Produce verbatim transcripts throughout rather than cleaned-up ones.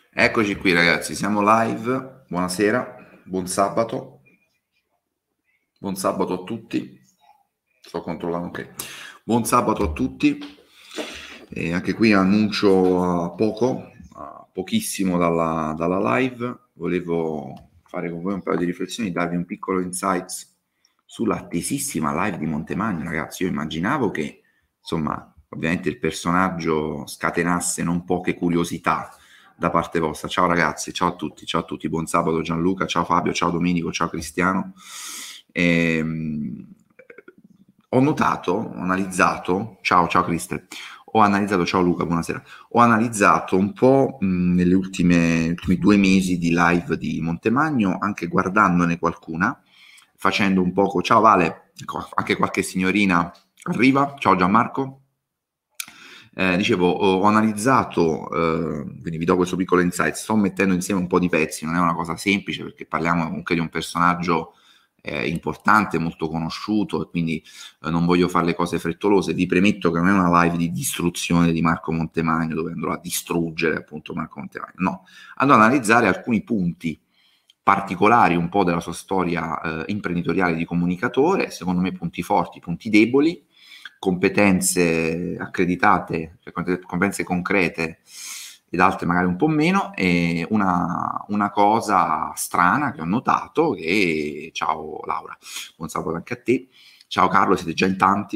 Eccoci qui ragazzi, siamo live, buonasera, buon sabato, buon sabato a tutti, sto controllando, ok, buon sabato a tutti, e anche qui annuncio a poco, a pochissimo dalla, dalla live, volevo fare con voi un paio di riflessioni, darvi un piccolo insight sull'attesissima live di Montemagno, ragazzi. Io immaginavo che, insomma, ovviamente il personaggio scatenasse non poche curiosità da parte vostra. Ciao ragazzi, ciao a tutti, ciao a tutti, buon sabato Gianluca, ciao Fabio, ciao Domenico, ciao Cristiano. Ehm, ho notato, ho analizzato, ciao, ciao Cristian, ho analizzato, ciao Luca, buonasera, ho analizzato un po' mh, nelle ultime ultimi due mesi di live di Montemagno, anche guardandone qualcuna, facendo un poco, ciao Vale, anche qualche signorina arriva, ciao Gianmarco. Eh, dicevo, ho, ho analizzato, eh, quindi vi do questo piccolo insight, sto mettendo insieme un po' di pezzi, non è una cosa semplice perché parliamo comunque di un personaggio eh, importante, molto conosciuto, e quindi eh, non voglio fare le cose frettolose. Vi premetto che non è una live di distruzione di Marco Montemagno dove andrò a distruggere appunto Marco Montemagno, no, andrò ad analizzare alcuni punti particolari un po' della sua storia eh, imprenditoriale di comunicatore, secondo me punti forti, punti deboli, competenze accreditate, cioè competenze concrete ed altre magari un po' meno, e una, una cosa strana che ho notato, che, ciao Laura, buon sabato anche a te, ciao Carlo, siete già in tanti,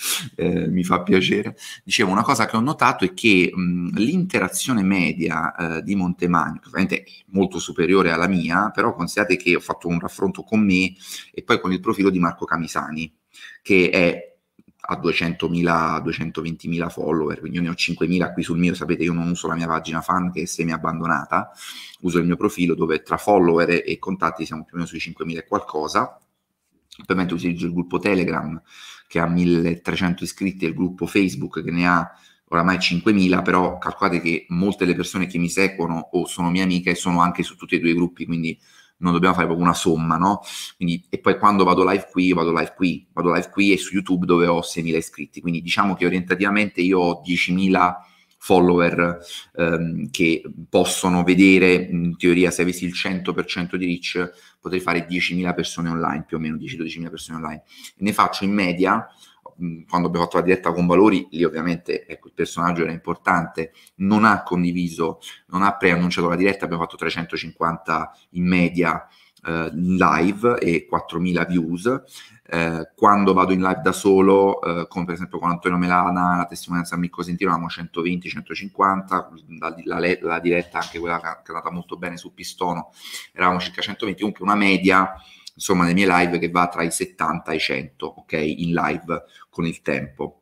eh, mi fa piacere. Dicevo, una cosa che ho notato è che mh, l'interazione media eh, di Montemagno, che ovviamente è molto superiore alla mia, però considerate che ho fatto un raffronto con me e poi con il profilo di Marco Camisani, che è a duecentomila, duecentoventimila follower, quindi io ne ho cinquemila qui sul mio. Sapete, io non uso la mia pagina fan che è semi abbandonata, uso il mio profilo dove tra follower e contatti siamo più o meno sui cinquemila e qualcosa. Ovviamente utilizzo il gruppo Telegram che ha milletrecento iscritti e il gruppo Facebook che ne ha oramai cinquemila, però calcolate che molte delle persone che mi seguono o sono mie amiche sono anche su tutti e due i gruppi, quindi non dobbiamo fare proprio una somma, no? Quindi, e poi quando vado live qui, vado live qui, vado live qui e su YouTube dove ho seimila iscritti, quindi diciamo che orientativamente io ho diecimila follower ehm, che possono vedere, in teoria se avessi il cento per cento di reach potrei fare diecimila persone online, più o meno dieci dodicimila persone online, e ne faccio in media, quando abbiamo fatto la diretta con Valori, lì ovviamente ecco, il personaggio era importante, non ha condiviso, non ha preannunciato la diretta, abbiamo fatto trecentocinquanta in media eh, in live e quattromila views. Eh, quando vado in live da solo, eh, come per esempio con Antonio Melana, la testimonianza a Mirko Sentino, avevamo centoventi centocinquanta, la, la, la diretta anche quella che è andata molto bene su Pistono, eravamo circa centoventi, comunque una media insomma nelle mie live che va tra i settanta e i cento, ok, in live con il tempo.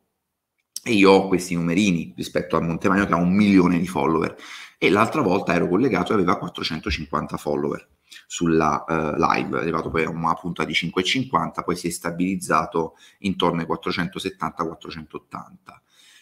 E io ho questi numerini rispetto a Montemagno che ha un milione di follower, e l'altra volta ero collegato e aveva quattrocentocinquanta follower sulla uh, live, è arrivato poi a una punta di cinquecentocinquanta, poi si è stabilizzato intorno ai quattrocentosettanta quattrocentottanta.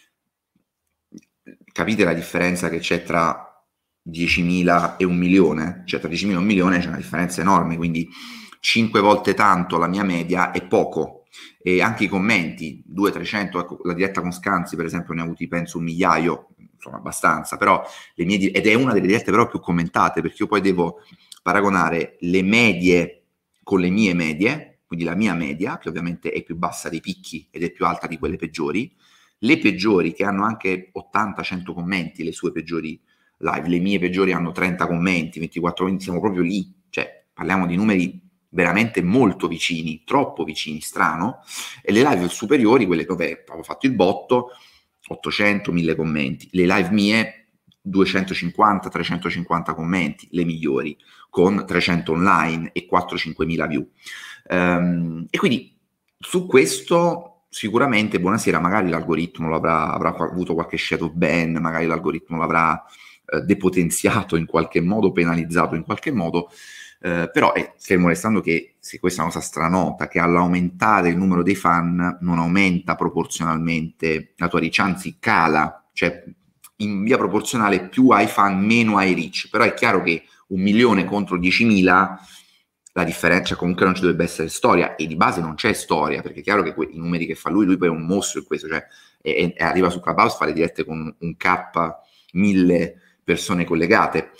Capite la differenza che c'è tra diecimila e un milione? Cioè tra diecimila e un milione c'è una differenza enorme, quindi cinque volte tanto la mia media è poco. E anche i commenti, duecento trecento, ecco, la diretta con Scanzi per esempio ne ha avuti penso un migliaio, insomma abbastanza, però le mie, ed è una delle dirette però più commentate, perché io poi devo paragonare le medie con le mie medie, quindi la mia media, che ovviamente è più bassa dei picchi ed è più alta di quelle peggiori, le peggiori che hanno anche ottanta cento commenti, le sue peggiori live, le mie peggiori hanno trenta commenti, ventiquattro, quindi siamo proprio lì, cioè parliamo di numeri veramente molto vicini, troppo vicini, strano, e le live superiori, quelle dove avevo fatto il botto, ottocento mille commenti, le live mie duecentocinquanta trecentocinquanta commenti, le migliori, con trecento online e quattro cinque mila view. Um, e quindi su questo sicuramente, buonasera, magari l'algoritmo l'avrà, avrà avuto qualche shadow ban, magari l'algoritmo l'avrà eh, depotenziato in qualche modo, penalizzato in qualche modo, eh, però è fermo restando che, se questa è una cosa stranota, che all'aumentare il numero dei fan non aumenta proporzionalmente la tua reach, anzi cala, cioè in via proporzionale più hai fan meno hai reach, però è chiaro che un milione contro diecimila la differenza, comunque non ci dovrebbe essere storia, e di base non c'è storia, perché è chiaro che que- i numeri che fa lui, lui poi è un mostro in questo, cioè e, e arriva su Clubhouse a fare dirette con un K, mille persone collegate,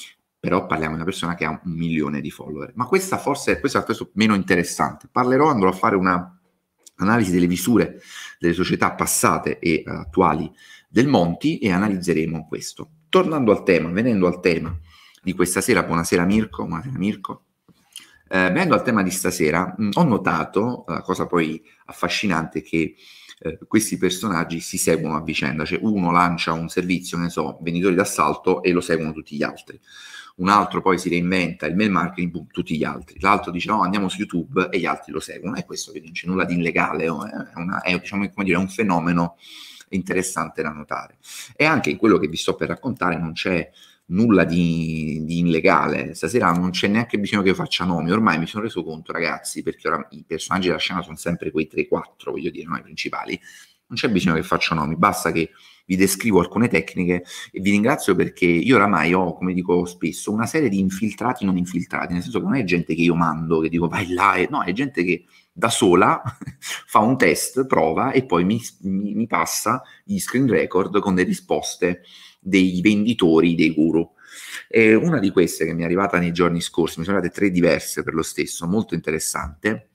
però parliamo di una persona che ha un milione di follower. Ma questa forse questo è l'aspetto meno interessante. Parlerò, andrò a fare una analisi delle visure delle società passate e uh, attuali del Monti e analizzeremo questo. Tornando al tema, venendo al tema di questa sera, buonasera Mirko, buonasera Mirko. Eh, venendo al tema di stasera, mh, ho notato, la cosa poi affascinante, che eh, questi personaggi si seguono a vicenda, cioè uno lancia un servizio, ne so, venditori d'assalto e lo seguono tutti gli altri, un altro poi si reinventa il mail marketing, boom, tutti gli altri, l'altro dice no, andiamo su YouTube e gli altri lo seguono, e questo che non c'è nulla di illegale, oh, è, una, è, diciamo, come dire, è un fenomeno interessante da notare. E anche in quello che vi sto per raccontare non c'è nulla di, di illegale. Stasera non c'è neanche bisogno che io faccia nomi, ormai mi sono reso conto, ragazzi, perché ora i personaggi della scena sono sempre quei tre quattro, voglio dire, no, i principali, non c'è bisogno che faccia nomi, basta che vi descrivo alcune tecniche e vi ringrazio, perché io oramai ho, come dico spesso, una serie di infiltrati non infiltrati, nel senso che non è gente che io mando, che dico vai là, e, no, è gente che da sola fa un test, prova e poi mi, mi, mi passa gli screen record con le risposte dei venditori, dei guru. E una di queste che mi è arrivata nei giorni scorsi, mi sono arrivate tre diverse per lo stesso, molto interessante,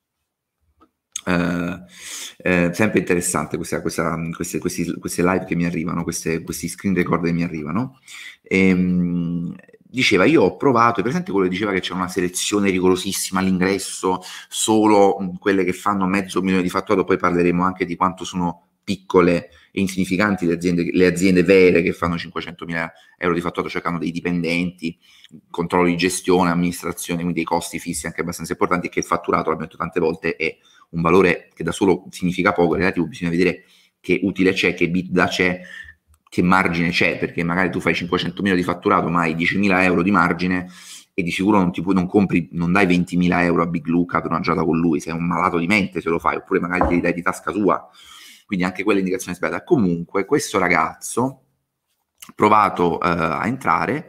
eh, eh, sempre interessante questa, questa, queste, questi, queste live che mi arrivano, queste, questi screen record che mi arrivano. E, diceva, io ho provato, è presente quello che diceva che c'è una selezione rigorosissima all'ingresso, solo quelle che fanno mezzo milione di fatturato, poi parleremo anche di quanto sono piccole e insignificanti le aziende, le aziende vere che fanno cinquecentomila euro di fatturato, cioè che hanno dei dipendenti, controllo di gestione, amministrazione, quindi dei costi fissi anche abbastanza importanti, e che il fatturato, l'abbiamo detto tante volte, è un valore che da solo significa poco, relativo, bisogna vedere che utile c'è, che EBITDA c'è, che margine c'è, perché magari tu fai cinquecentomila di fatturato ma hai diecimila euro di margine e di sicuro non, ti puoi, non compri, non dai ventimila euro a Big Luca per una giornata con lui, sei un malato di mente se lo fai, oppure magari li dai di tasca tua, quindi anche quella indicazione sbagliata. Comunque questo ragazzo provato eh, a entrare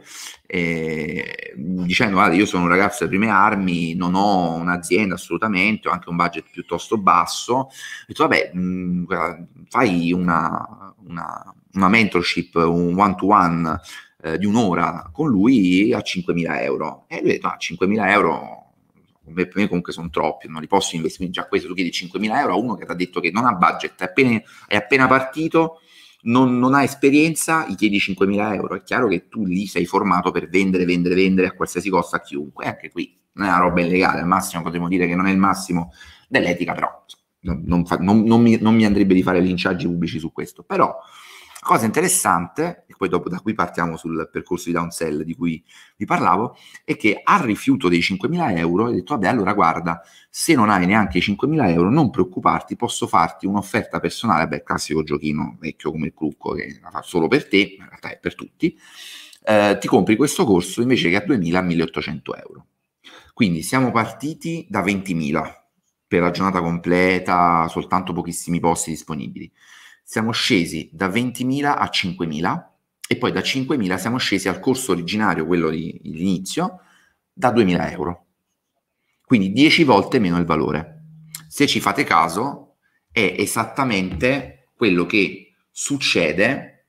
eh, dicendo guarda, io sono un ragazzo delle prime armi, non ho un'azienda assolutamente, ho anche un budget piuttosto basso, ho detto vabbè mh, fai una, una, una mentorship, un one to one eh, di un'ora con lui a cinquemila euro, e lui ha detto no, cinquemila euro per me comunque sono troppi, non li posso investire, già questo tu chiedi cinquemila euro a uno che ti ha detto che non ha budget, è appena, è appena partito, non, non ha esperienza, gli chiedi cinquemila euro, è chiaro che tu lì sei formato per vendere, vendere, vendere a qualsiasi costo a chiunque, e anche qui non è una roba illegale, al massimo potremmo dire che non è il massimo dell'etica, però non, non, fa, non, non, mi, non mi andrebbe di fare linciaggi pubblici su questo. Però cosa interessante, e poi dopo da qui partiamo sul percorso di downsell di cui vi parlavo, è che al rifiuto dei cinquemila euro ho detto vabbè, allora guarda, se non hai neanche i cinquemila euro non preoccuparti, posso farti un'offerta personale, beh, classico giochino vecchio come il trucco che la fa solo per te, in realtà è per tutti, eh, ti compri questo corso invece che a duemila a milleottocento euro. Quindi siamo partiti da ventimila per la giornata completa, soltanto pochissimi posti disponibili. Siamo scesi da ventimila a cinquemila e poi da cinquemila siamo scesi al corso originario, quello di, di inizio, da duemila euro. Quindi dieci volte meno il valore. Se ci fate caso, è esattamente quello che succede,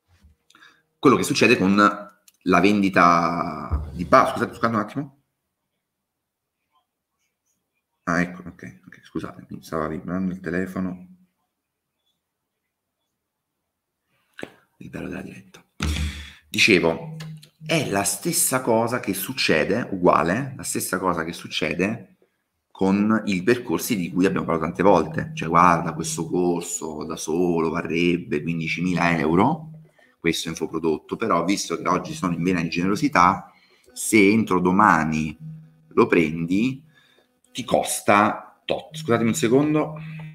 quello che succede con la vendita di base. Scusate, scusate un attimo. Ah, ecco, ok, ok, scusate, mi stava vibrando il telefono. Il bello della diretta. Dicevo, è la stessa cosa che succede, uguale, la stessa cosa che succede con i percorsi di cui abbiamo parlato tante volte. Cioè, guarda, questo corso da solo varrebbe quindicimila euro, questo infoprodotto, però visto che oggi sono in vena di generosità, se entro domani lo prendi, ti costa tot. Scusatemi un secondo.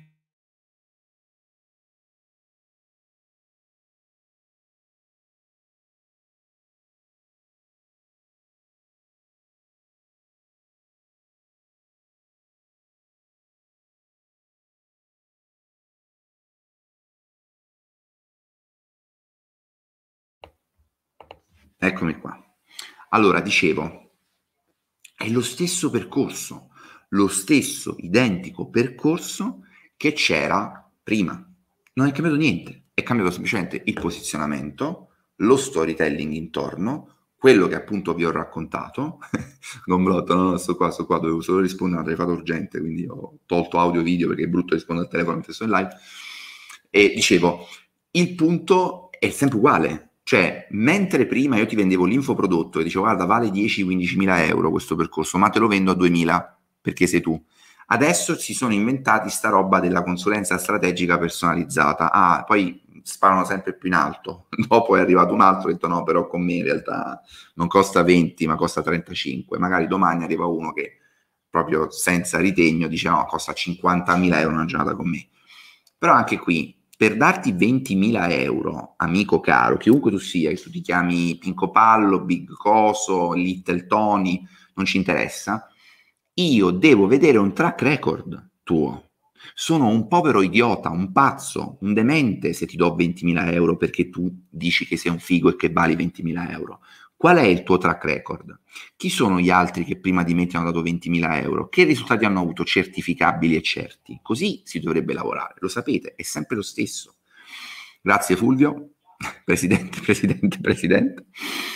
Eccomi qua. Allora, dicevo, è lo stesso percorso, lo stesso identico percorso che c'era prima. Non è cambiato niente, è cambiato semplicemente il posizionamento, lo storytelling intorno, quello che appunto vi ho raccontato, Gomblotto, no, no, sto qua, sto qua, dovevo solo rispondere a una telefonata urgente, quindi ho tolto audio e video perché è brutto rispondere al telefono mentre sto in live, e dicevo, il punto è sempre uguale, cioè, mentre prima io ti vendevo l'infoprodotto e dicevo, guarda, vale dieci quindici mila euro questo percorso, ma te lo vendo a duemila, perché sei tu. Adesso si sono inventati sta roba della consulenza strategica personalizzata. Ah, poi sparano sempre più in alto. Dopo è arrivato un altro e ha detto no, però con me in realtà non costa venti, ma costa trentacinque. Magari domani arriva uno che proprio senza ritegno dice no, costa cinquantamila euro una giornata con me. Però anche qui, per darti ventimila euro, amico caro, chiunque tu sia, che tu ti chiami Pinco Pallo, Big Coso, Little Tony, non ci interessa, io devo vedere un track record tuo. Sono un povero idiota, un pazzo, un demente se ti do ventimila euro perché tu dici che sei un figo e che vali ventimila euro. Qual è il tuo track record? Chi sono gli altri che prima di me ti hanno dato ventimila euro? Che risultati hanno avuto certificabili e certi? Così si dovrebbe lavorare, lo sapete, è sempre lo stesso. Grazie Fulvio, presidente, presidente, presidente.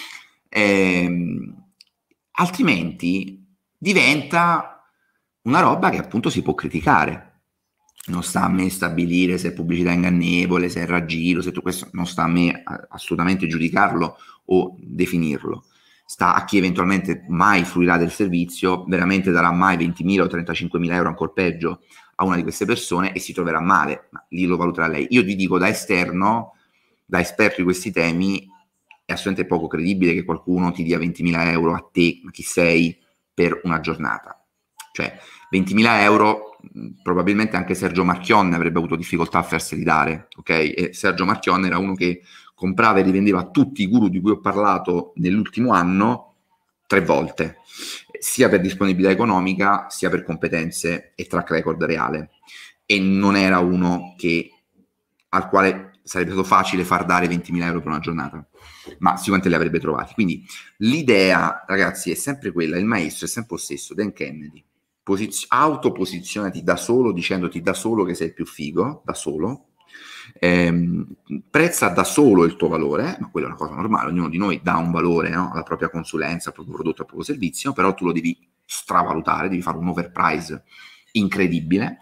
Ehm, altrimenti diventa una roba che appunto si può criticare. Non sta a me stabilire se è pubblicità ingannevole, se è raggiro, se tu questo non sta a me assolutamente giudicarlo o definirlo. Sta a chi eventualmente mai fruirà del servizio, veramente darà mai ventimila o trentacinquemila euro, ancora peggio, a una di queste persone e si troverà male, ma lì lo valuterà lei. Io ti dico da esterno, da esperto di questi temi, è assolutamente poco credibile che qualcuno ti dia ventimila euro a te, chi sei, per una giornata. Cioè, ventimila euro, probabilmente anche Sergio Marchionne avrebbe avuto difficoltà a farseli dare, ok? E Sergio Marchionne era uno che comprava e rivendeva tutti i guru di cui ho parlato nell'ultimo anno tre volte, sia per disponibilità economica, sia per competenze e track record reale. E non era uno che, al quale sarebbe stato facile far dare ventimila euro per una giornata, ma sicuramente li avrebbe trovati. Quindi l'idea, ragazzi, è sempre quella, il maestro è sempre lo stesso, Dan Kennedy. Posiz- autoposizionati da solo, dicendoti da solo che sei il più figo, da solo, ehm, prezza da solo il tuo valore, ma quella è una cosa normale, ognuno di noi dà un valore, no, alla propria consulenza, al proprio prodotto, al proprio servizio, però tu lo devi stravalutare, devi fare un overprice incredibile.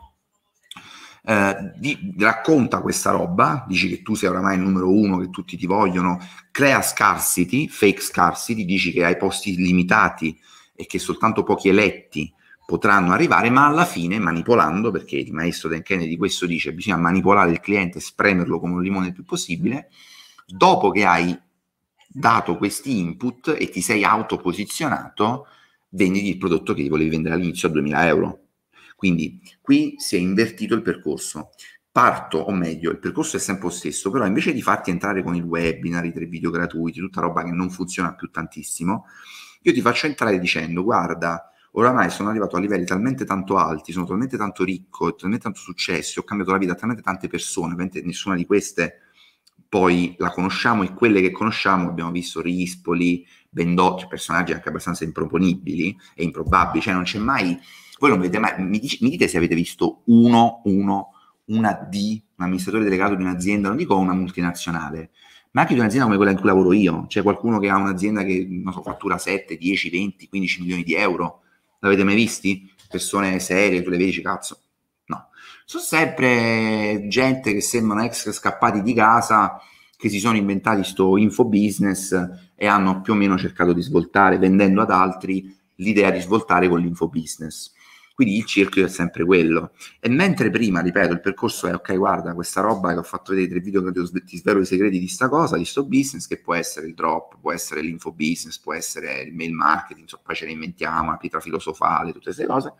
Eh, di, racconta questa roba, dici che tu sei oramai il numero uno, che tutti ti vogliono, crea scarcity, fake scarcity, dici che hai posti limitati e che soltanto pochi eletti potranno arrivare, ma alla fine manipolando, perché il maestro Dan Kennedy questo dice, bisogna manipolare il cliente, spremerlo come un limone il più possibile, dopo che hai dato questi input e ti sei autoposizionato, vendi il prodotto che ti volevi vendere all'inizio a duemila euro. Quindi qui si è invertito il percorso. Parto, o meglio, il percorso è sempre lo stesso, però invece di farti entrare con il webinar, i tre video gratuiti, tutta roba che non funziona più tantissimo, io ti faccio entrare dicendo, guarda, oramai sono arrivato a livelli talmente tanto alti, sono talmente tanto ricco, ho talmente tanto successo, ho cambiato la vita a talmente tante persone, ovviamente nessuna di queste poi la conosciamo e quelle che conosciamo abbiamo visto Rispoli, Bendocchi, personaggi anche abbastanza improponibili e improbabili, cioè non c'è mai, voi non vedete mai, mi, dici, mi dite se avete visto uno, uno, una D, un amministratore delegato di un'azienda, non dico una multinazionale, ma anche di un'azienda come quella in cui lavoro io, c'è qualcuno che ha un'azienda che non so, fattura sette, dieci, venti, quindici milioni di euro, l'avete mai visti? Persone serie, tu le vedi, cazzo, no, sono sempre gente che sembrano ex scappati di casa, che si sono inventati sto infobusiness e hanno più o meno cercato di svoltare, vendendo ad altri l'idea di svoltare con l'infobusiness. Quindi il cerchio è sempre quello. E mentre prima, ripeto, il percorso è ok, guarda, questa roba che ho fatto vedere tre video che ti svelo i segreti di sta cosa, di sto business, che può essere il drop, può essere l'infobusiness, può essere il mail marketing, insomma, poi ce ne inventiamo, la pietra filosofale, tutte queste cose.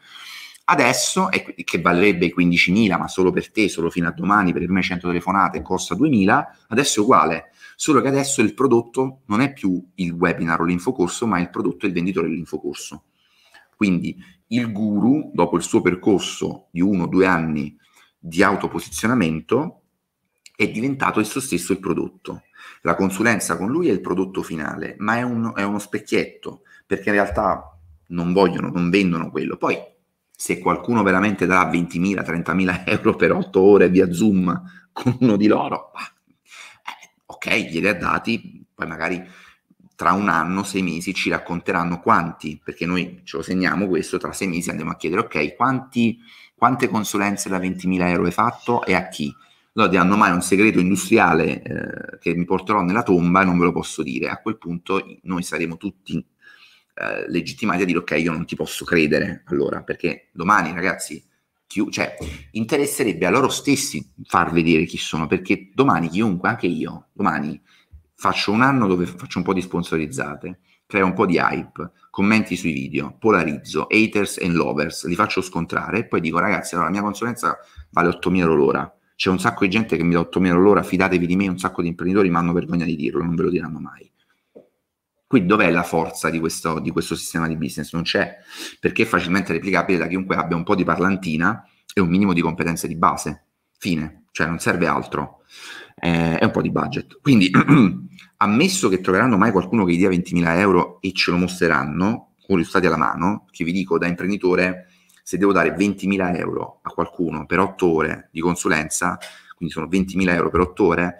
Adesso, che valerebbe i quindicimila, ma solo per te, solo fino a domani, per le prime cento telefonate, costa duemila, adesso è uguale, solo che adesso il prodotto non è più il webinar o l'infocorso, ma il prodotto è il venditore dell'infocorso. Quindi il guru, dopo il suo percorso di uno o due anni di autoposizionamento, è diventato esso stesso il prodotto. La consulenza con lui è il prodotto finale, ma è, un, è uno specchietto, perché in realtà non vogliono, non vendono quello. Poi, se qualcuno veramente darà ventimila, trentamila euro per otto ore via Zoom con uno di loro, eh, ok, glieli ha dati, poi magari tra un anno, sei mesi ci racconteranno quanti, perché noi ce lo segniamo questo, tra sei mesi andiamo a chiedere, ok, quanti, quante consulenze da ventimila euro hai fatto e a chi? Allora diranno, mai un segreto industriale eh, che mi porterò nella tomba e non ve lo posso dire. A quel punto noi saremo tutti eh, legittimati a dire, ok, io non ti posso credere, allora, perché domani, ragazzi, chi, cioè, interesserebbe a loro stessi far vedere chi sono, perché domani chiunque, anche io, domani faccio un anno dove faccio un po' di sponsorizzate, creo un po' di hype, commenti sui video, polarizzo, haters and lovers, li faccio scontrare e poi dico, ragazzi, allora la mia consulenza vale ottomila euro l'ora, c'è un sacco di gente che mi dà ottomila euro l'ora, fidatevi di me, un sacco di imprenditori ma hanno vergogna di dirlo, non ve lo diranno mai. Qui dov'è la forza di questo, di questo sistema di business? Non c'è, perché è facilmente replicabile da chiunque abbia un po' di parlantina e un minimo di competenze di base. Fine, cioè non serve altro. Eh, è un po' di budget. Quindi, ammesso che troveranno mai qualcuno che gli dia ventimila euro e ce lo mostreranno, con i risultati alla mano, che vi dico da imprenditore, se devo dare ventimila euro a qualcuno per otto ore di consulenza, quindi sono ventimila euro per otto ore,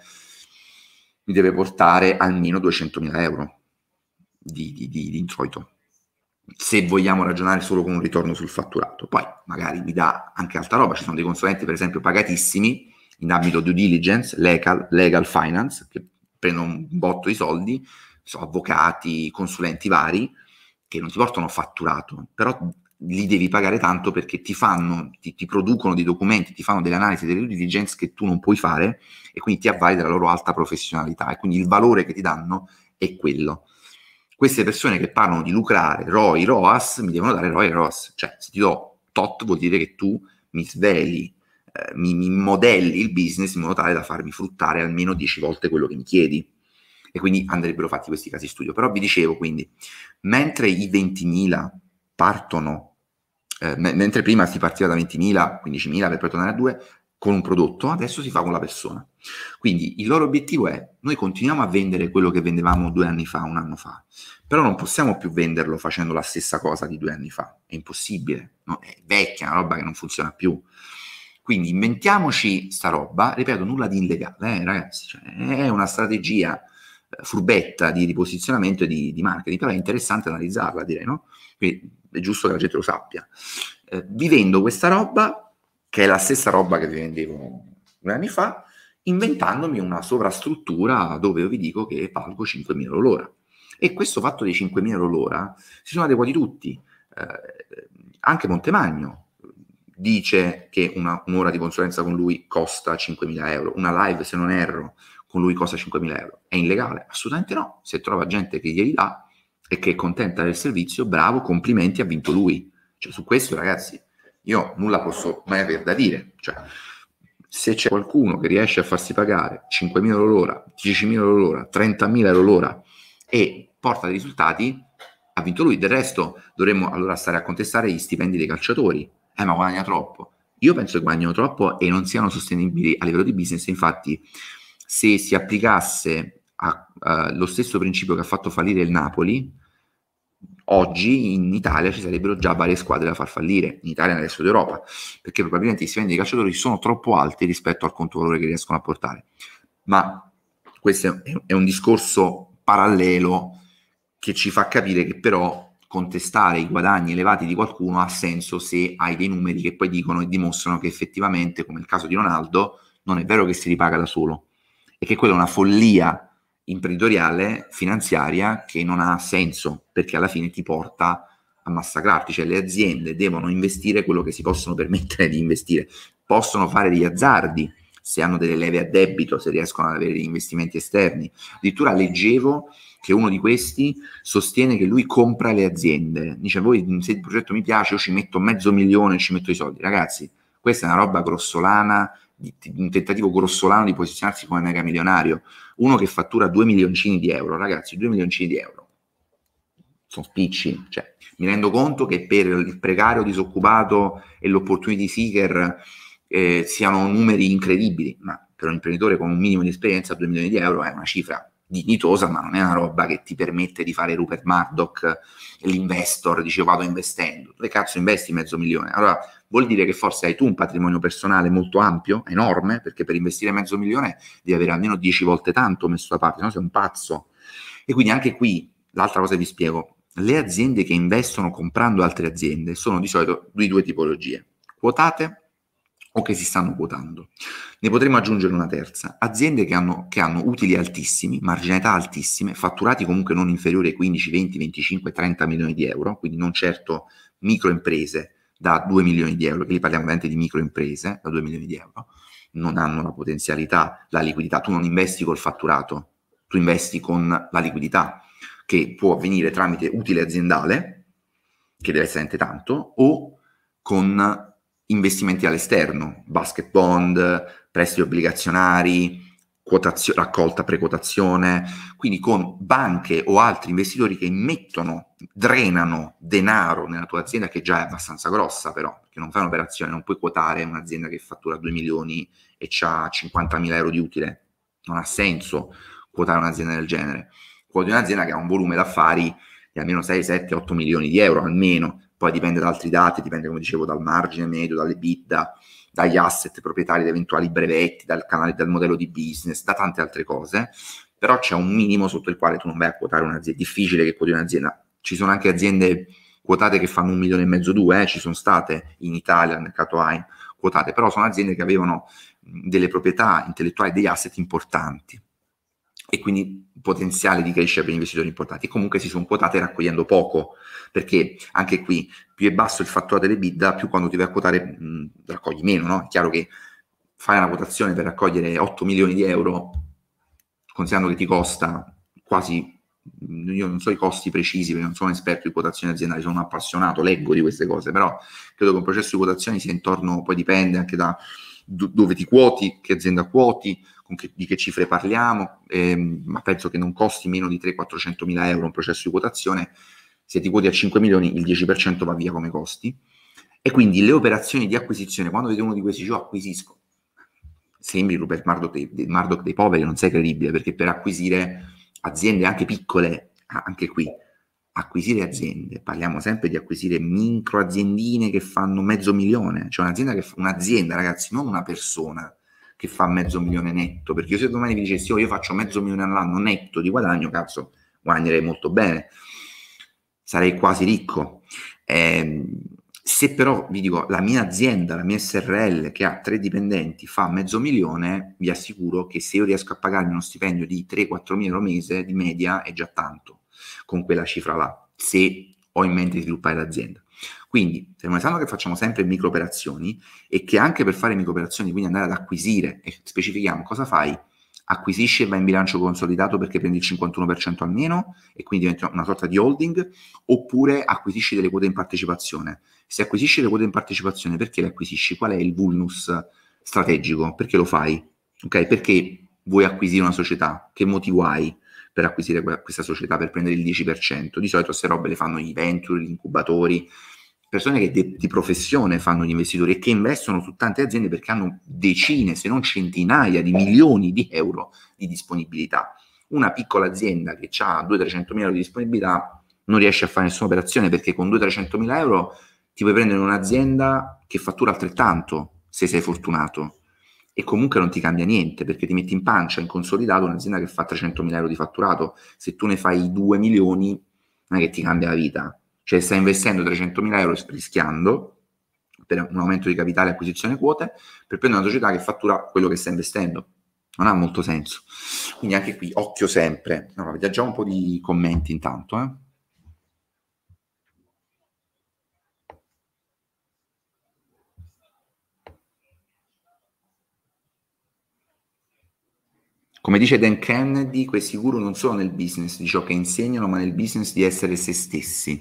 mi deve portare almeno duecentomila euro. Di, di, di, di introito, se vogliamo ragionare solo con un ritorno sul fatturato. Poi magari mi dà anche altra roba, ci sono dei consulenti per esempio pagatissimi in ambito due diligence, legal, legal finance, che prendono un botto di soldi, sono avvocati, consulenti vari, che non ti portano fatturato, però li devi pagare tanto perché ti fanno, ti, ti producono dei documenti, ti fanno delle analisi, delle due diligence che tu non puoi fare e quindi ti avvali della loro alta professionalità e quindi il valore che ti danno è quello. Queste persone che parlano di lucrare, R O I, R O A S, mi devono dare R O I e R O A S. Cioè, se ti do tot vuol dire che tu mi sveli, eh, mi, mi modelli il business in modo tale da farmi fruttare almeno dieci volte quello che mi chiedi. E quindi andrebbero fatti questi casi studio. Però vi dicevo, quindi, mentre i ventimila partono, eh, m- mentre prima si partiva da ventimila, quindicimila per poi tornare a due, con un prodotto, adesso si fa con la persona. Quindi il loro obiettivo è, noi continuiamo a vendere quello che vendevamo due anni fa, un anno fa, però non possiamo più venderlo facendo la stessa cosa di due anni fa, è impossibile, no? È vecchia, è una roba che non funziona più. Quindi inventiamoci sta roba, ripeto, nulla di illegale, eh, ragazzi, cioè, è una strategia eh, furbetta di, di posizionamento e di, di marketing, però è interessante analizzarla, direi, no? Quindi è giusto che la gente lo sappia. Eh, vi vendo questa roba, che è la stessa roba che vi vendevo due anni fa, inventandomi una sovrastruttura dove io vi dico che valgo cinquemila euro l'ora. E questo fatto dei cinquemila euro l'ora si sono adeguati tutti. Eh, anche Montemagno dice che una, un'ora di consulenza con lui costa cinquemila euro, una live, se non erro, con lui costa cinquemila euro. È illegale? Assolutamente no. Se trova gente che glieli dà e che è contenta del servizio, bravo, complimenti, ha vinto lui. Cioè, su questo, ragazzi, io nulla posso mai avere da dire. Cioè, se c'è qualcuno che riesce a farsi pagare cinquemila euro l'ora, diecimila euro l'ora, trentamila euro l'ora e porta dei risultati, ha vinto lui. Del resto dovremmo allora stare a contestare gli stipendi dei calciatori. Eh, ma guadagna troppo. Io penso che guadagnino troppo e non siano sostenibili a livello di business. Infatti, se si applicasse a, a, lo stesso principio che ha fatto fallire il Napoli, oggi in Italia ci sarebbero già varie squadre da far fallire, in Italia e nel resto d'Europa, perché probabilmente i stipendi dei calciatori sono troppo alti rispetto al conto valore che riescono a portare. Ma questo è, è un discorso parallelo che ci fa capire che però contestare i guadagni elevati di qualcuno ha senso se hai dei numeri che poi dicono e dimostrano che effettivamente, come il caso di Ronaldo, non è vero che si ripaga da solo e che quella è una follia imprenditoriale, finanziaria, che non ha senso, perché alla fine ti porta a massacrarti. Cioè le aziende devono investire quello che si possono permettere di investire, possono fare degli azzardi se hanno delle leve a debito, se riescono ad avere degli investimenti esterni. Addirittura leggevo che uno di questi sostiene che lui compra le aziende, dice: voi, se il progetto mi piace, io ci metto mezzo milione, ci metto i soldi. Ragazzi, questa è una roba grossolana, di, di, un tentativo grossolano di posizionarsi come mega milionario. Uno che fattura due milioncini di euro, ragazzi, due milioncini di euro sono spicci. Cioè, mi rendo conto che per il precario disoccupato e l'opportunity seeker eh, siano numeri incredibili, ma per un imprenditore con un minimo di esperienza due milioni di euro è una cifra dignitosa, ma non è una roba che ti permette di fare Rupert Murdoch, l'investor, dice vado investendo. Dove cazzo investi mezzo milione? Allora vuol dire che forse hai tu un patrimonio personale molto ampio, enorme, perché per investire mezzo milione devi avere almeno dieci volte tanto messo da parte, no? Sei un pazzo. E quindi anche qui l'altra cosa vi spiego. Le aziende che investono comprando altre aziende sono di solito di due tipologie, quotate o che si stanno quotando. Ne potremmo aggiungere una terza, aziende che hanno, che hanno utili altissimi, marginalità altissime, fatturati comunque non inferiori ai quindici, venti, venticinque, trenta milioni di euro, quindi non certo microimprese da due milioni di euro, che lì parliamo veramente di microimprese da due milioni di euro, non hanno la potenzialità, la liquidità. Tu non investi col fatturato, tu investi con la liquidità, che può avvenire tramite utile aziendale, che deve essere tanto, o con investimenti all'esterno, basket bond, prestiti obbligazionari, quotazio- raccolta prequotazione, quindi con banche o altri investitori che mettono, drenano denaro nella tua azienda, che già è abbastanza grossa però, perché non fai un'operazione, non puoi quotare un'azienda che fattura due milioni e ha cinquantamila euro di utile, non ha senso quotare un'azienda del genere. Quoti un'azienda che ha un volume d'affari di almeno sei, sette, otto milioni di euro, almeno, poi dipende da altri dati, dipende, come dicevo, dal margine medio, dalle EBITDA, dagli asset proprietari, da eventuali brevetti, dal canale, dal modello di business, da tante altre cose, però c'è un minimo sotto il quale tu non vai a quotare un'azienda. È difficile che quoti un'azienda. Ci sono anche aziende quotate che fanno un milione e mezzo, due, eh, ci sono state in Italia, al mercato A I M, quotate, però sono aziende che avevano delle proprietà intellettuali, degli asset importanti, e quindi potenziale di crescita per investitori importanti. E comunque si sono quotate raccogliendo poco, perché anche qui più è basso il fatturato dell'EBITDA, più quando ti vai a quotare mh, raccogli meno, no? È chiaro che fai una quotazione per raccogliere otto milioni di euro, considerando che ti costa quasi, io non so i costi precisi perché non sono esperto di quotazioni aziendali, sono un appassionato, leggo di queste cose, però credo che un processo di quotazioni sia intorno, poi dipende anche da do, dove ti quoti, che azienda quoti, con che, di che cifre parliamo, ehm, ma penso che non costi meno di trecento-quattrocento mila euro un processo di quotazione. Se ti quoti a cinque milioni il dieci per cento va via come costi, e quindi le operazioni di acquisizione, quando vedi uno di questi, io acquisisco, sembri Rupert Murdoch dei, Murdoch dei poveri, non sei credibile, perché per acquisire aziende anche piccole, anche qui, acquisire aziende, parliamo sempre di acquisire micro aziendine che fanno mezzo milione, cioè un'azienda, che fa, un'azienda ragazzi, non una persona che fa mezzo milione netto, perché io se domani vi dicessi oh, io faccio mezzo milione all'anno netto di guadagno, cazzo, guadagnerei molto bene, sarei quasi ricco. Eh, se però vi dico la mia azienda, la mia S R L che ha tre dipendenti fa mezzo milione, vi assicuro che se io riesco a pagarmi uno stipendio di tre quattro mila euro al mese di media è già tanto con quella cifra là, se ho in mente di sviluppare l'azienda. Quindi stiamo pensando che facciamo sempre micro operazioni e che anche per fare micro operazioni, quindi andare ad acquisire, e specifichiamo cosa fai, acquisisci e vai in bilancio consolidato perché prendi il cinquantuno per cento almeno e quindi diventa una sorta di holding, oppure acquisisci delle quote in partecipazione. Se acquisisci le quote in partecipazione, perché le acquisisci? Qual è il vulnus strategico? Perché lo fai? Ok? Perché vuoi acquisire una società? Che motivo hai per acquisire questa società, per prendere il dieci per cento? Di solito queste robe le fanno i venture, gli incubatori, persone che de- di professione fanno gli investitori e che investono su tante aziende perché hanno decine, se non centinaia di milioni di euro di disponibilità. Una piccola azienda che ha duecento trecento mila euro di disponibilità non riesce a fare nessuna operazione, perché con duecento trecento mila euro ti puoi prendere un'azienda che fattura altrettanto, se sei fortunato, e comunque non ti cambia niente, perché ti metti in pancia, in consolidato, un'azienda che fa trecentomila euro di fatturato. Se tu ne fai due milioni, non è che ti cambia la vita. Cioè stai investendo trecentomila euro rischiando per un aumento di capitale, acquisizione quote, per prendere una società che fattura quello che stai investendo. Non ha molto senso. Quindi anche qui, occhio sempre. Allora, vediamo già un po' di commenti intanto, eh. Come dice Dan Kennedy, questi guru non sono nel business di ciò che insegnano, ma nel business di essere se stessi.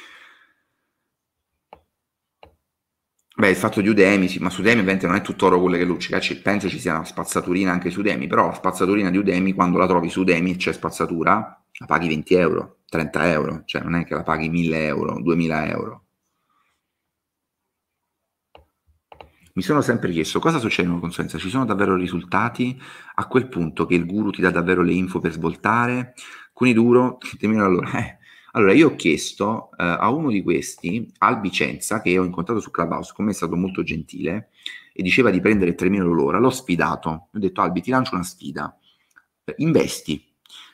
Beh, il fatto di Udemy, sì, ma su Udemy ovviamente non è tutto oro quello che luccica, penso ci sia una spazzaturina anche su Udemy, però la spazzaturina di Udemy, quando la trovi su Udemy e c'è spazzatura, la paghi venti euro, trenta euro, cioè non è che la paghi mille euro, duemila euro. Mi sono sempre chiesto cosa succede in una consulenza, ci sono davvero risultati a quel punto che il guru ti dà davvero le info per svoltare? Alcuni duro, allora, eh, allora io ho chiesto eh, a uno di questi, Al Vicenza, che ho incontrato su Clubhouse, con me è stato molto gentile e diceva di prendere tremila euro l'ora, l'ho sfidato, ho detto Albi ti lancio una sfida, investi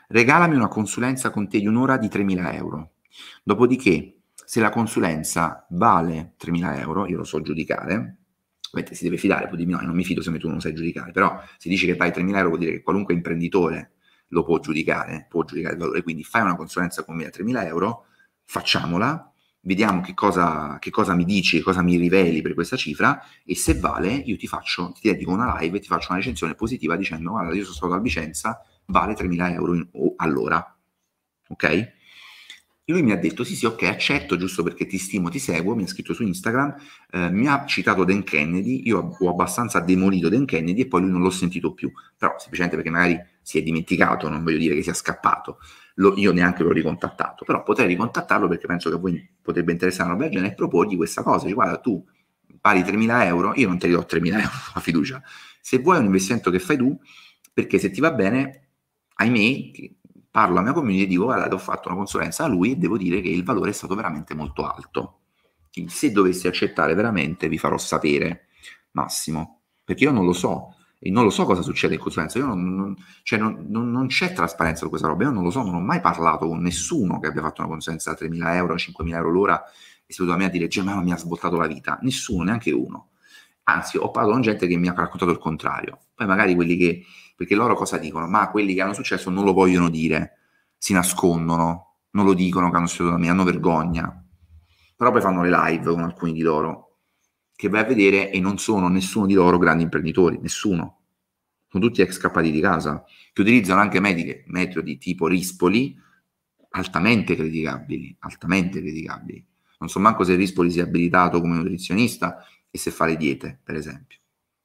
regalami una consulenza con te di un'ora di tremila euro. Dopodiché, se la consulenza vale tremila euro, io lo so giudicare, ovviamente si deve fidare, poi dimmi no, non mi fido se tu non sai giudicare, però si dice che vale tremila euro vuol dire che qualunque imprenditore lo può giudicare, può giudicare il valore, quindi fai una consulenza con me a tremila euro, facciamola, vediamo che cosa, che cosa mi dici, cosa mi riveli per questa cifra, e se vale io ti faccio, ti dedico una live e ti faccio una recensione positiva dicendo guarda io sono stato a Vicenza, vale tremila euro in, oh, all'ora, ok? Lui mi ha detto sì sì ok accetto, giusto perché ti stimo, ti seguo, mi ha scritto su Instagram, eh, mi ha citato Dan Kennedy, io ho abbastanza demolito Dan Kennedy e poi lui non l'ho sentito più, però semplicemente perché magari si è dimenticato, non voglio dire che sia scappato, lo, io neanche l'ho ricontattato, però potrei ricontattarlo perché penso che a voi potrebbe interessare una bella genere e proporgli questa cosa, cioè, guarda tu pari tremila euro, io non te li do tremila euro la fiducia, se vuoi è un investimento che fai tu, perché se ti va bene, ahimè, parlo alla mia community e dico guarda ho fatto una consulenza a lui e devo dire che il valore è stato veramente molto alto, quindi se dovessi accettare veramente vi farò sapere, Massimo, perché io non lo so e non lo so cosa succede in consulenza, io non, non, cioè non, non, non c'è trasparenza su questa roba, io non lo so, non ho mai parlato con nessuno che abbia fatto una consulenza da tremila euro, cinquemila euro l'ora e seduto a me a dire Germano mi ha svoltato la vita, nessuno, neanche uno, anzi ho parlato con gente che mi ha raccontato il contrario, poi magari quelli che, perché loro cosa dicono? Ma quelli che hanno successo non lo vogliono dire, si nascondono, non lo dicono che hanno studiato da me, hanno vergogna, però poi fanno le live con alcuni di loro che vai a vedere e non sono nessuno di loro grandi imprenditori, nessuno, sono tutti ex scappati di casa che utilizzano anche mediche, metodi tipo Rispoli altamente criticabili, altamente criticabili, non so manco se Rispoli sia abilitato come nutrizionista e se fa le diete, per esempio.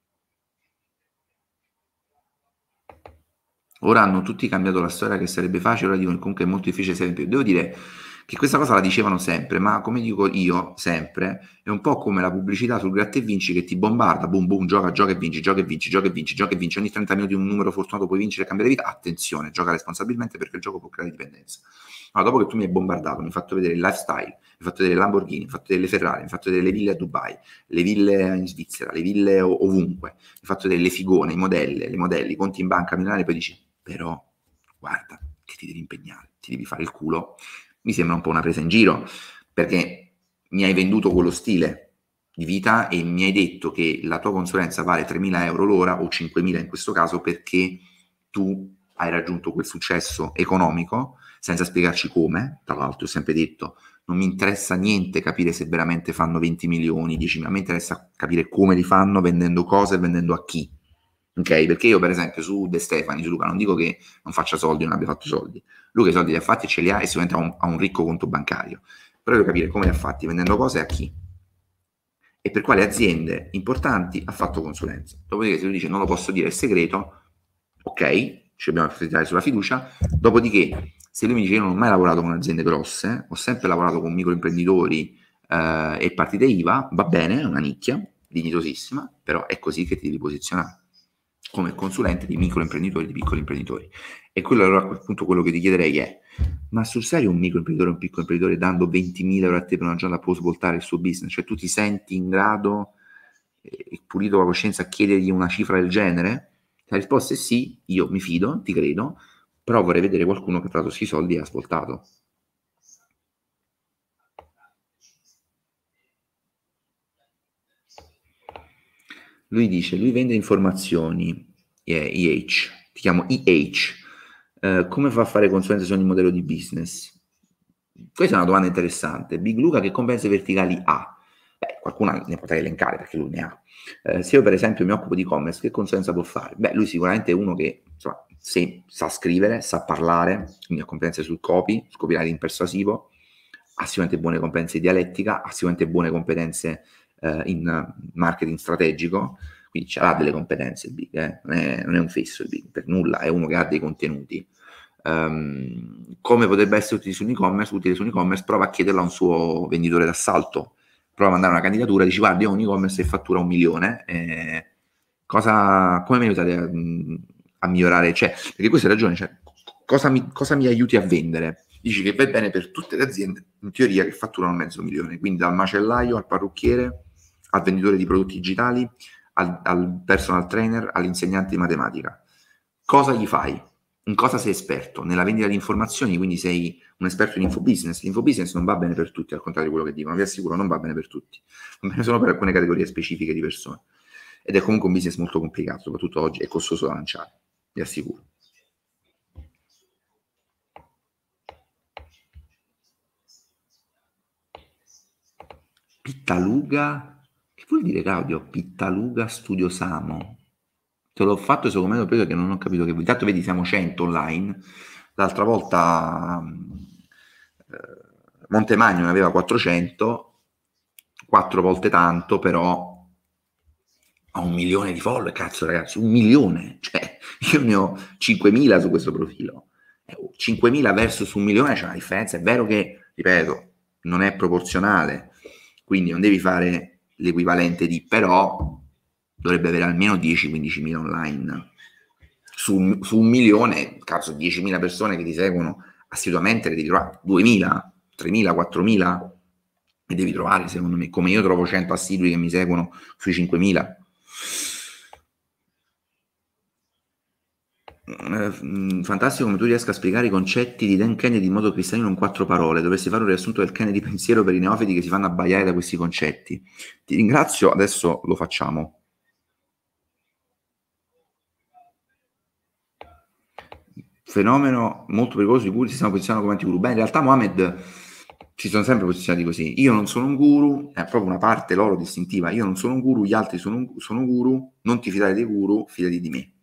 Ora hanno tutti cambiato la storia che sarebbe facile, ora dicono che comunque è molto difficile sempre. Devo dire che questa cosa la dicevano sempre, ma come dico io sempre, è un po' come la pubblicità sul gratta e vinci che ti bombarda, boom boom, gioca, gioca e vinci, gioca e vinci, gioca e vinci, gioca e vinci, ogni trenta minuti un numero fortunato puoi vincere e cambiare vita. Attenzione, gioca responsabilmente perché il gioco può creare dipendenza. Allora, dopo che tu mi hai bombardato, mi hai fatto vedere il lifestyle, mi hai fatto vedere le Lamborghini, mi hai fatto vedere le Ferrari, mi hai fatto vedere le ville a Dubai, le ville in Svizzera, le ville ovunque, mi hai fatto vedere le figone, i modelli, le modelli, i conti in banca milionari, poi dici però guarda che ti devi impegnare, ti devi fare il culo, mi sembra un po' una presa in giro, perché mi hai venduto quello stile di vita e mi hai detto che la tua consulenza vale tremila euro l'ora o cinquemila in questo caso perché tu hai raggiunto quel successo economico senza spiegarci come, tra l'altro ho sempre detto non mi interessa niente capire se veramente fanno venti milioni, dieci milioni, a me interessa capire come li fanno, vendendo cose e vendendo a chi. Ok, perché io per esempio su De Stefani, su Luca, non dico che non faccia soldi, non abbia fatto soldi. Luca i soldi li ha fatti e ce li ha e sicuramente ha un, ha un ricco conto bancario. Però devo capire come li ha fatti, vendendo cose a chi e per quali aziende importanti ha fatto consulenza. Dopodiché se lui dice non lo posso dire, è segreto, ok, ci dobbiamo affidare sulla fiducia. Dopodiché se lui mi dice io non ho mai lavorato con aziende grosse, ho sempre lavorato con microimprenditori eh, e partite I V A, va bene, è una nicchia, dignitosissima, però è così che ti devi posizionare come consulente di microimprenditori, di piccoli imprenditori. E quello allora a quel punto quello che ti chiederei è, ma sul serio un microimprenditore o un piccolo imprenditore dando ventimila euro a te per una giornata può svoltare il suo business? Cioè tu ti senti in grado, eh, pulito con la coscienza, a chiedergli una cifra del genere? La risposta è sì, io mi fido, ti credo, però vorrei vedere qualcuno che ha tratto questi soldi e ha svoltato. Lui dice, lui vende informazioni, yeah, E H, ti chiamo E H, uh, come fa a fare consulenza su ogni modello di business? Questa è una domanda interessante. Big Luca che competenze verticali ha? Beh, qualcuna ne potrei elencare perché lui ne ha. Eh, se io per esempio mi occupo di e-commerce, che consulenza può fare? Beh, lui sicuramente è uno che insomma, se sa scrivere, sa parlare, quindi ha competenze sul copy, sul copywriting persuasivo, ha sicuramente buone competenze di dialettica, ha sicuramente buone competenze eh, in marketing strategico, quindi ha delle competenze il Big, eh? non, è, non è un fesso il Big, per nulla, è uno che ha dei contenuti. Um, come potrebbe essere utile su un e-commerce, utile su un e-commerce, prova a chiederlo a un suo venditore d'assalto, prova a mandare una candidatura, dici guarda io ho un e-commerce che fattura un milione, eh, cosa, come mi aiutate a, a migliorare, cioè, perché questa è ragione, cioè, cosa, mi, cosa mi aiuti a vendere? Dici che va bene per tutte le aziende, in teoria, che fatturano mezzo milione, quindi dal macellaio al parrucchiere, al venditore di prodotti digitali, al, al personal trainer, all'insegnante di matematica. Cosa gli fai? In cosa sei esperto? Nella vendita di informazioni, quindi sei un esperto in infobusiness. L'infobusiness non va bene per tutti, al contrario di quello che dicono, vi assicuro, non va bene per tutti. Va bene solo per alcune categorie specifiche di persone. Ed è comunque un business molto complicato, soprattutto oggi, è costoso da lanciare, vi assicuro. Pittaluga? Che vuol dire, Claudio? Pittaluga Studio Samo? Te l'ho fatto secondo me l'ho preso che non ho capito che... Intanto vedi siamo cento online, l'altra volta eh, Montemagno ne aveva quattrocento, quattro volte tanto, però ha un milione di follower, cazzo ragazzi, un milione, cioè io ne ho cinquemila su questo profilo, cinquemila versus un milione c'è una differenza, è vero che, ripeto, non è proporzionale, quindi non devi fare l'equivalente di, però dovrebbe avere almeno dieci quindici mila online. Su, su un milione, cazzo, diecimila persone che ti seguono assiduamente, le devi trovare duemila, tremila, quattromila, e devi trovare, secondo me, come io trovo cento assidui che mi seguono sui cinquemila. Fantastico come tu riesca a spiegare i concetti di Dan Kennedy in modo cristallino in quattro parole. Dovresti fare un riassunto del Kennedy pensiero per i neofiti che si fanno abbaiare da questi concetti. Ti ringrazio, adesso lo facciamo. Fenomeno molto pericoloso di cui si stiamo posizionando come antiguru. Beh, in realtà Mohamed ci sono sempre posizionati così. Io non sono un guru, è proprio una parte loro distintiva. Io non sono un guru, gli altri sono un, sono un guru, non ti fidare dei guru, fidati di me.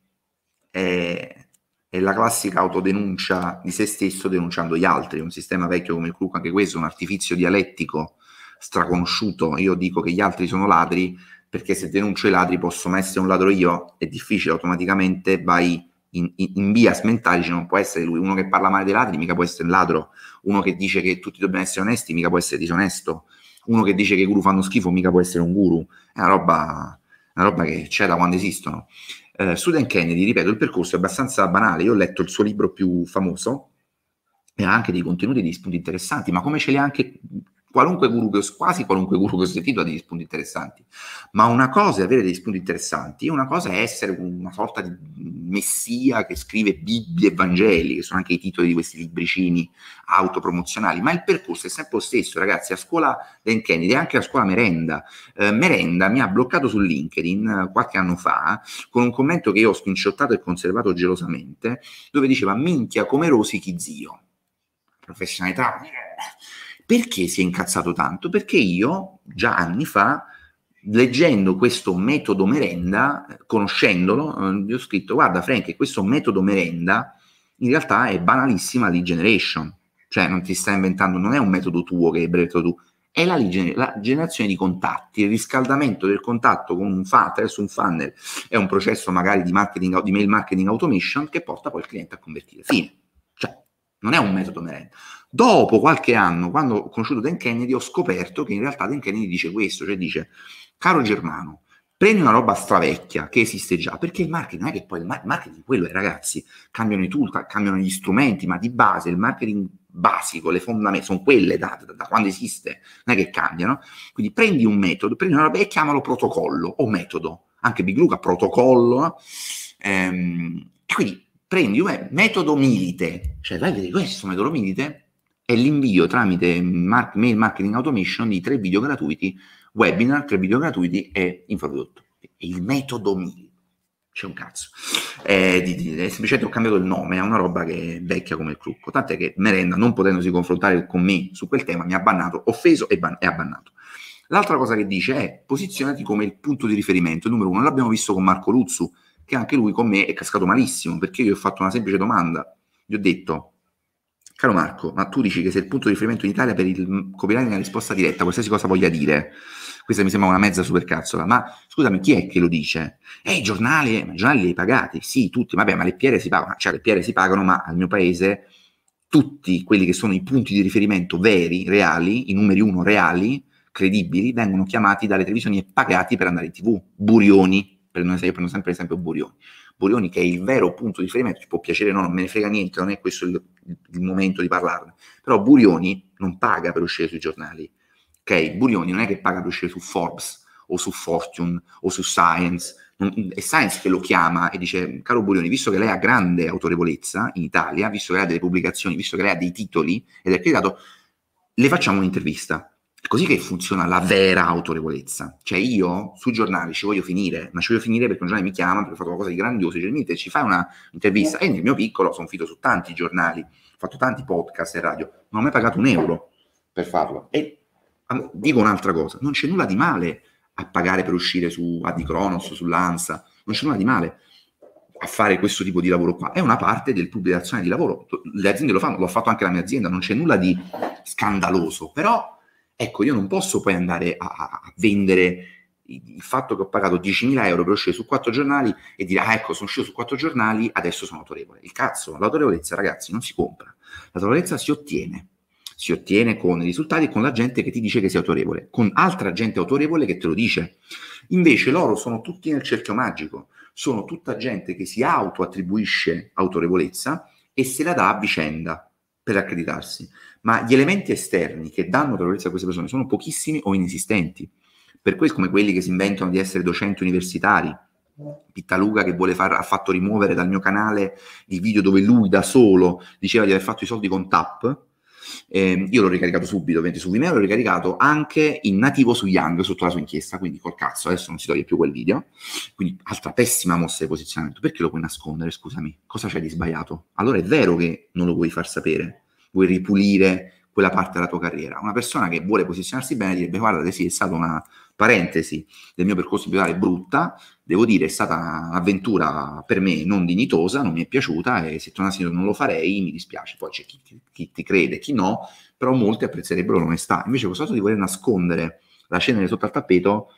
È, è la classica autodenuncia di se stesso denunciando gli altri, un sistema vecchio come il Krug, anche questo, un artifizio dialettico straconosciuto. Io dico che gli altri sono ladri perché se denuncio i ladri posso essere un ladro io, è difficile, automaticamente vai in, in, in bias mentale, dice non può essere lui, uno che parla male dei ladri mica può essere un ladro, uno che dice che tutti dobbiamo essere onesti mica può essere disonesto, uno che dice che i guru fanno schifo mica può essere un guru, è una roba, una roba che c'è da quando esistono. Uh, su Dan Kennedy, ripeto, il percorso è abbastanza banale. Io ho letto il suo libro più famoso e ha anche dei contenuti e degli spunti interessanti, ma come ce li ha anche qualunque guru che ho, quasi qualunque guru che ho sentito ha degli spunti interessanti. Ma una cosa è avere degli spunti interessanti, una cosa è essere una sorta di messia che scrive Bibbie e Vangeli, che sono anche i titoli di questi libricini autopromozionali, ma il percorso è sempre lo stesso, ragazzi. A scuola Dan Kennedy e anche a scuola Merenda, eh, Merenda mi ha bloccato su LinkedIn eh, qualche anno fa con un commento che io ho screenshottato e conservato gelosamente, dove diceva minchia come rosichi zio, professionalità. Perché si è incazzato tanto? Perché io, già anni fa, leggendo questo metodo Merenda, conoscendolo, gli ho scritto, guarda Frank, questo metodo Merenda in realtà è banalissima lead generation, cioè non ti stai inventando, non è un metodo tuo che hai brevetto tu, è la, lead, la generazione di contatti, il riscaldamento del contatto con un funnel, attraverso un funnel, è un processo magari di marketing, di mail marketing automation che porta poi il cliente a convertire. Fine. Cioè, non è un metodo Merenda. Dopo qualche anno, quando ho conosciuto Dan Kennedy, ho scoperto che in realtà Dan Kennedy dice questo, cioè dice, caro Germano, prendi una roba stravecchia che esiste già, perché il marketing non è che poi il marketing quello è, ragazzi, cambiano i tool, cambiano gli strumenti, ma di base il marketing basico, le fondamenta sono quelle da, da, da quando esiste, non è che cambiano. Quindi prendi un metodo, prendi una roba e chiamalo protocollo o metodo, anche Big Luca protocollo, no? ehm, e quindi prendi un metodo Milite, cioè vai a vedere questo metodo Milite è l'invio tramite mar- mail marketing automation di tre video gratuiti, webinar, tre video gratuiti e infoprodotto. Il metodo Milite, c'è un cazzo. Eh, di, di, semplicemente ho cambiato il nome, è una roba che è vecchia come il trucco, tant'è che Merenda, non potendosi confrontare con me su quel tema, mi ha bannato, offeso e, ban- e ha bannato. L'altra cosa che dice è posizionati come il punto di riferimento, numero uno, l'abbiamo visto con Marco Luzzu, che anche lui con me è cascato malissimo, perché io gli ho fatto una semplice domanda, gli ho detto, caro Marco, ma tu dici che sei il punto di riferimento in Italia per il copywriting a risposta diretta, qualsiasi cosa voglia dire, questa mi sembra una mezza supercazzola, ma scusami, chi è che lo dice? Eh, i giornali, i giornali li hai pagati, sì, tutti, vabbè, ma le P R si pagano, cioè le P R si pagano, ma al mio paese tutti quelli che sono i punti di riferimento veri, reali, i numeri uno reali, credibili, vengono chiamati dalle televisioni e pagati per andare in tivù, Burioni, per noi, io prendo sempre l'esempio Burioni, Burioni che è il vero punto di riferimento, ci può piacere o no, non me ne frega niente, non è questo il, il momento di parlarne, però Burioni non paga per uscire sui giornali, ok? Burioni non è che paga per uscire su Forbes o su Fortune o su Science, è Science che lo chiama e dice: caro Burioni, visto che lei ha grande autorevolezza in Italia, visto che lei ha delle pubblicazioni, visto che lei ha dei titoli ed è accreditato, le facciamo un'intervista. È così che funziona la vera autorevolezza. Cioè io sui giornali ci voglio finire, ma ci voglio finire perché un giornale mi chiama perché ho fatto qualcosa di grandioso, dice: Mite, ci fai un'intervista? E nel mio piccolo sono finito su tanti giornali, ho fatto tanti podcast e radio, non ho mai pagato un euro per farlo. E dico un'altra cosa, non c'è nulla di male a pagare per uscire su Adicronos, sull'Ansa, non c'è nulla di male a fare questo tipo di lavoro qua, è una parte del pubblicazione di lavoro, le aziende lo fanno, l'ho fatto anche la mia azienda, non c'è nulla di scandaloso, però ecco, io non posso poi andare a, a vendere il fatto che ho pagato diecimila euro per uscire su quattro giornali e dire: ah, ecco, sono uscito su quattro giornali, adesso sono autorevole. Il cazzo, l'autorevolezza, ragazzi, non si compra, l'autorevolezza si ottiene, si ottiene con i risultati e con la gente che ti dice che sei autorevole, con altra gente autorevole che te lo dice. Invece loro sono tutti nel cerchio magico, sono tutta gente che si auto-attribuisce autorevolezza e se la dà a vicenda per accreditarsi. Ma gli elementi esterni che danno autorevolezza a queste persone sono pochissimi o inesistenti. Per questo, come quelli che si inventano di essere docenti universitari, Pittaluga che vuole far, ha fatto rimuovere dal mio canale il video dove lui da solo diceva di aver fatto i soldi con Tap. Eh, io l'ho ricaricato subito, ovviamente su Vimeo, l'ho ricaricato anche in nativo su Young sotto la sua inchiesta, quindi col cazzo, adesso non si toglie più quel video. Quindi altra pessima mossa di posizionamento. Perché lo puoi nascondere, scusami? Cosa c'è di sbagliato? Allora è vero che non lo vuoi far sapere, vuoi ripulire quella parte della tua carriera. Una persona che vuole posizionarsi bene direbbe: guardate, sì, è stata una parentesi del mio percorso imprenditoriale brutta, devo dire è stata un'avventura per me non dignitosa, non mi è piaciuta e se tornassi non lo farei, mi dispiace. Poi c'è chi, chi, chi ti crede, chi no, però molti apprezzerebbero l'onestà. Invece questo fatto di voler nascondere la cenere sotto al tappeto,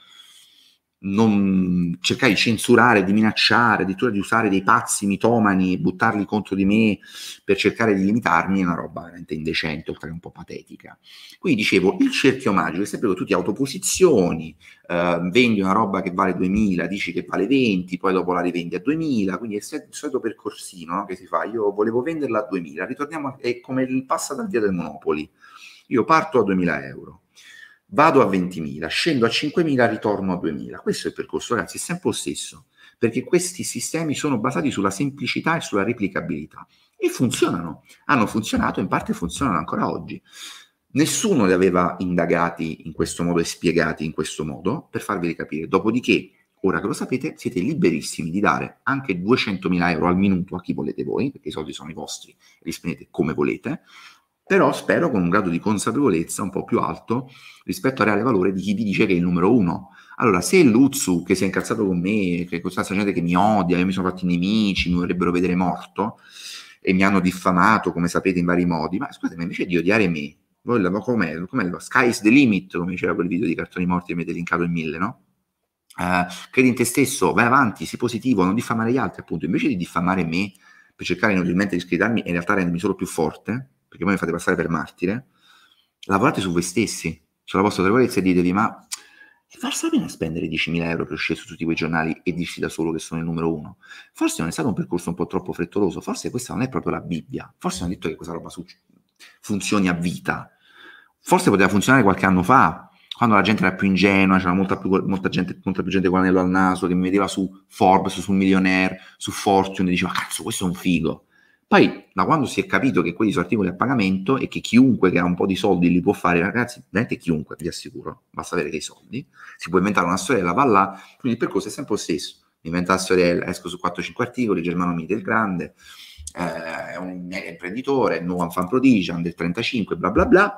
non cercare di censurare, di minacciare, addirittura di usare dei pazzi mitomani e buttarli contro di me per cercare di limitarmi, è una roba veramente indecente, oltre che un po' patetica. Quindi dicevo, il cerchio magico è sempre che tu ti autoposizioni, eh, vendi una roba che vale duemila, dici che vale venti, poi dopo la rivendi a duemila, quindi è il solito percorsino, no, che si fa. Io volevo venderla a duemila, ritorniamo a, è come il passa dal via del Monopoli. Io parto a duemila euro, vado a ventimila, scendo a cinquemila, ritorno a duemila. Questo è il percorso, ragazzi, è sempre lo stesso, perché questi sistemi sono basati sulla semplicità e sulla replicabilità e funzionano, hanno funzionato, in parte funzionano ancora oggi. Nessuno li aveva indagati in questo modo e spiegati in questo modo per farveli capire. Dopodiché, ora che lo sapete, siete liberissimi di dare anche duecentomila euro al minuto a chi volete voi, perché i soldi sono i vostri, li spendete come volete, però spero con un grado di consapevolezza un po' più alto rispetto al reale valore di chi vi dice che è il numero uno. Allora, se Luzzu, che si è incazzato con me, che questa gente che mi odia, io mi sono fatti nemici, mi vorrebbero vedere morto, e mi hanno diffamato, come sapete, in vari modi, ma scusate, ma invece di odiare me, voi la, com'è, com'è, sky's the limit, come diceva quel video di Cartoni Morti che mi avete linkato in mille, no? Uh, credi in te stesso, vai avanti, sii positivo, non diffamare gli altri, appunto. Invece di diffamare me per cercare inutilmente di screditarmi e in realtà rendermi solo più forte, perché poi mi fate passare per martire, lavorate su voi stessi, sulla vostra autorevolezza e ditevi: ma farsa bene a spendere diecimila euro per uscire su tutti quei giornali e dirsi da solo che sono il numero uno? Forse non è stato un percorso un po' troppo frettoloso, forse questa non è proprio la Bibbia, forse non è detto che questa roba su- funzioni a vita, forse poteva funzionare qualche anno fa, quando la gente era più ingenua, c'era molta più, molta gente, molta più gente con l'anello al naso, che mi vedeva su Forbes, su Millionaire, su Fortune, e diceva: cazzo, questo è un figo. Poi, da quando si è capito che quelli sono articoli a pagamento e che chiunque che ha un po' di soldi li può fare, ragazzi, veramente chiunque, vi assicuro, basta avere dei soldi, si può inventare una storiella, va là, quindi il percorso è sempre lo stesso. Mi inventa la storiella, esco su quattro cinque articoli, Germano Mite il grande, eh, è un mega imprenditore, nuovo fan prodigio, under trentacinque, bla bla bla,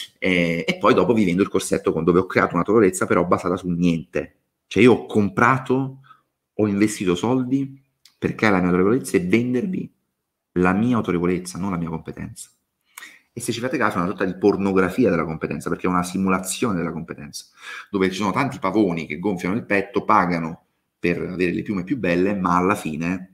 eh, e poi dopo vi vendo il corsetto con dove ho creato un'autorevolezza però basata sul niente. Cioè io ho comprato, ho investito soldi perché la mia autorevolezza è vendervi la mia autorevolezza, non la mia competenza. E se ci fate caso è una sorta di pornografia della competenza, perché è una simulazione della competenza, dove ci sono tanti pavoni che gonfiano il petto, pagano per avere le piume più belle, ma alla fine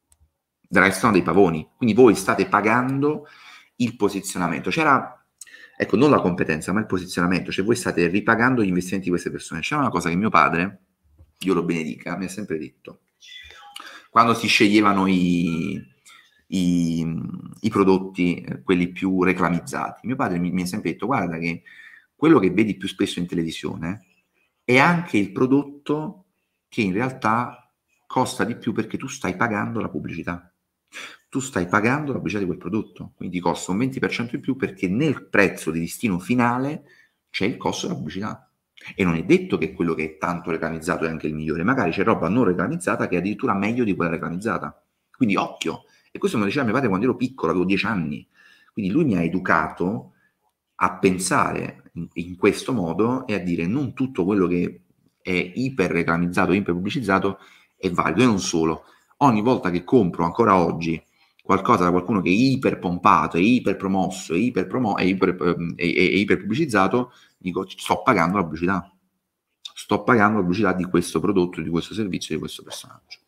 restano dei pavoni. Quindi voi state pagando il posizionamento. C'era, ecco, non la competenza, ma il posizionamento. Cioè voi state ripagando gli investimenti di queste persone. C'era una cosa che mio padre, Dio lo benedica, mi ha sempre detto. Quando si sceglievano i... I, i prodotti, eh, quelli più reclamizzati. Mio padre mi, mi ha sempre detto: guarda che quello che vedi più spesso in televisione è anche il prodotto che in realtà costa di più perché tu stai pagando la pubblicità. Tu stai pagando la pubblicità di quel prodotto, quindi costa un venti per cento in più perché nel prezzo di listino finale c'è il costo della pubblicità. E non è detto che quello che è tanto reclamizzato è anche il migliore, magari c'è roba non reclamizzata che è addirittura meglio di quella reclamizzata. Quindi occhio, e questo me lo diceva mio padre quando ero piccolo, avevo dieci anni. Quindi lui mi ha educato a pensare in, in questo modo e a dire non tutto quello che è iper reclamizzato, iper pubblicizzato è valido, e non solo. Ogni volta che compro ancora oggi qualcosa da qualcuno che è iper pompato, è iper promosso, è iper, promo- è iper, ehm, è, è, è iper pubblicizzato, dico sto pagando la pubblicità. Sto pagando la pubblicità di questo prodotto, di questo servizio, di questo personaggio.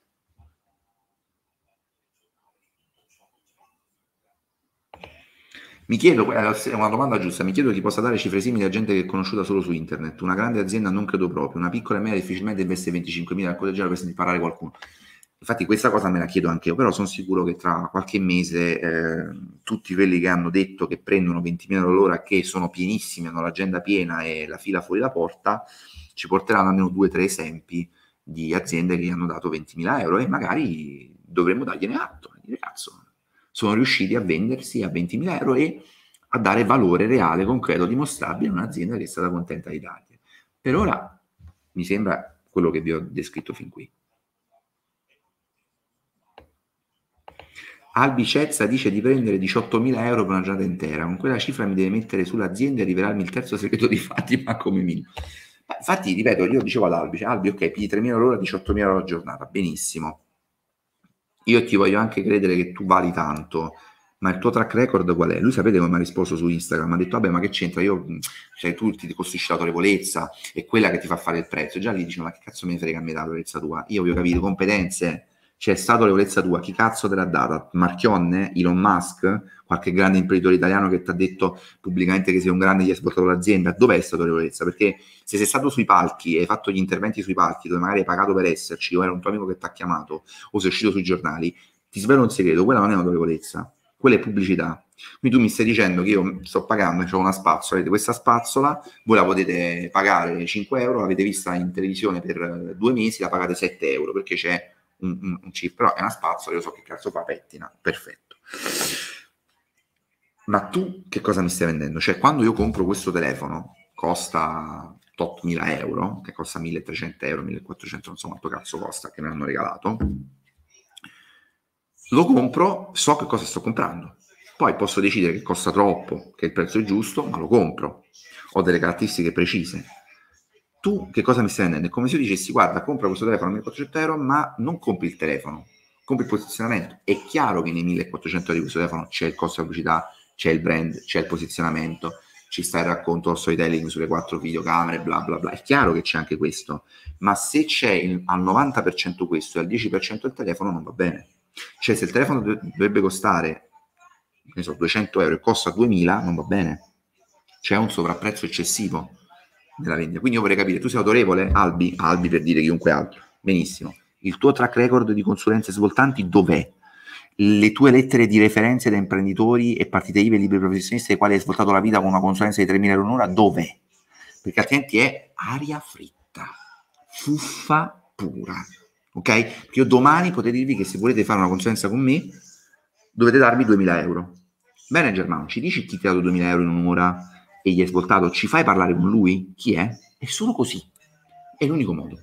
Mi chiedo, è una domanda giusta, mi chiedo chi possa dare cifre simili a gente che è conosciuta solo su internet. Una grande azienda non credo proprio, una piccola e media difficilmente investe venticinquemila al collegiale per sentire parlare qualcuno. Infatti questa cosa me la chiedo anche io, però sono sicuro che tra qualche mese eh, tutti quelli che hanno detto che prendono ventimila euro l'ora, che sono pienissimi, hanno l'agenda piena e la fila fuori la porta, ci porteranno almeno due o tre esempi di aziende che hanno dato ventimila euro e magari dovremmo dargliene atto. Dire, cazzo, sono riusciti a vendersi a ventimila euro e a dare valore reale, concreto, dimostrabile a un'azienda che è stata contenta di dargli. Per ora mi sembra quello che vi ho descritto fin qui. Albi Cezza dice di prendere diciottomila euro per una giornata intera, con quella cifra mi deve mettere sull'azienda e rivelarmi il terzo segreto di Fatima come minimo. Ma infatti, ripeto, io dicevo ad Albi, cioè, Albi, ok, pigli tremila euro l'ora, diciottomila euro a giornata, benissimo. Io ti voglio anche credere che tu vali tanto, ma il tuo track record qual è? Lui sapete come mi ha risposto su Instagram? Mi ha detto, vabbè, ma che c'entra? Io, cioè, tu ti costruisci l'autorevolezza, è quella che ti fa fare il prezzo. E già lì dice, ma che cazzo me ne frega a me l'autorevolezza tua? Io voglio capire competenze. C'è stata l'autorevolezza tua, chi cazzo te l'ha data? Marchionne? Elon Musk? Qualche grande imprenditore italiano che ti ha detto pubblicamente che sei un grande e gli hai svoltato l'azienda? Dov'è stata l'autorevolezza? Perché se sei stato sui palchi e hai fatto gli interventi sui palchi dove magari hai pagato per esserci, o era un tuo amico che ti ha chiamato, o sei uscito sui giornali, ti svelo un segreto, quella non è un'autorevolezza, quella è pubblicità. Quindi tu mi stai dicendo che io sto pagando, ho una spazzola, avete questa spazzola, voi la potete pagare cinque euro, l'avete vista in televisione per due mesi, la pagate sette euro perché c'è un, un, un chip, però è una spazzola, io so che cazzo fa, pettina, perfetto. Ma tu che cosa mi stai vendendo? Cioè, quando io compro questo telefono, costa ottomila euro, che costa milletrecento euro, millequattrocento, non so quanto cazzo costa, che mi hanno regalato, lo compro, so che cosa sto comprando. Poi posso decidere che costa troppo, che il prezzo è giusto, ma lo compro. Ho delle caratteristiche precise. Tu che cosa mi stai vendendo? È come se io dicessi, guarda, compra questo telefono a millequattrocento euro, ma non compri il telefono, compri il posizionamento. È chiaro che nei millequattrocento euro di questo telefono c'è il costo della pubblicità, c'è il brand, c'è il posizionamento, ci sta il racconto, lo storytelling sulle quattro videocamere, bla bla bla. È chiaro che c'è anche questo, ma se c'è il, al novanta per cento questo e al dieci per cento il telefono non va bene. Cioè se il telefono dovrebbe costare, ne so, duecento euro e costa duemila, non va bene. C'è un sovrapprezzo eccessivo nella vendita. Quindi io vorrei capire, tu sei autorevole? Albi? Albi per dire chiunque altro. Benissimo. Il tuo track record di consulenze svoltanti dov'è? Le tue lettere di referenze da imprenditori e partite I V A e liberi professionisti ai quali hai svoltato la vita con una consulenza di tremila euro un'ora, dov'è? Perché altrimenti è aria fritta, fuffa pura. Ok? Perché io domani potete dirvi che se volete fare una consulenza con me dovete darmi duemila euro. Bene Germano, ci dici chi ti ha dato duemila euro in un'ora e gli hai svoltato? Ci fai parlare con lui? Chi è? È solo così. È l'unico modo.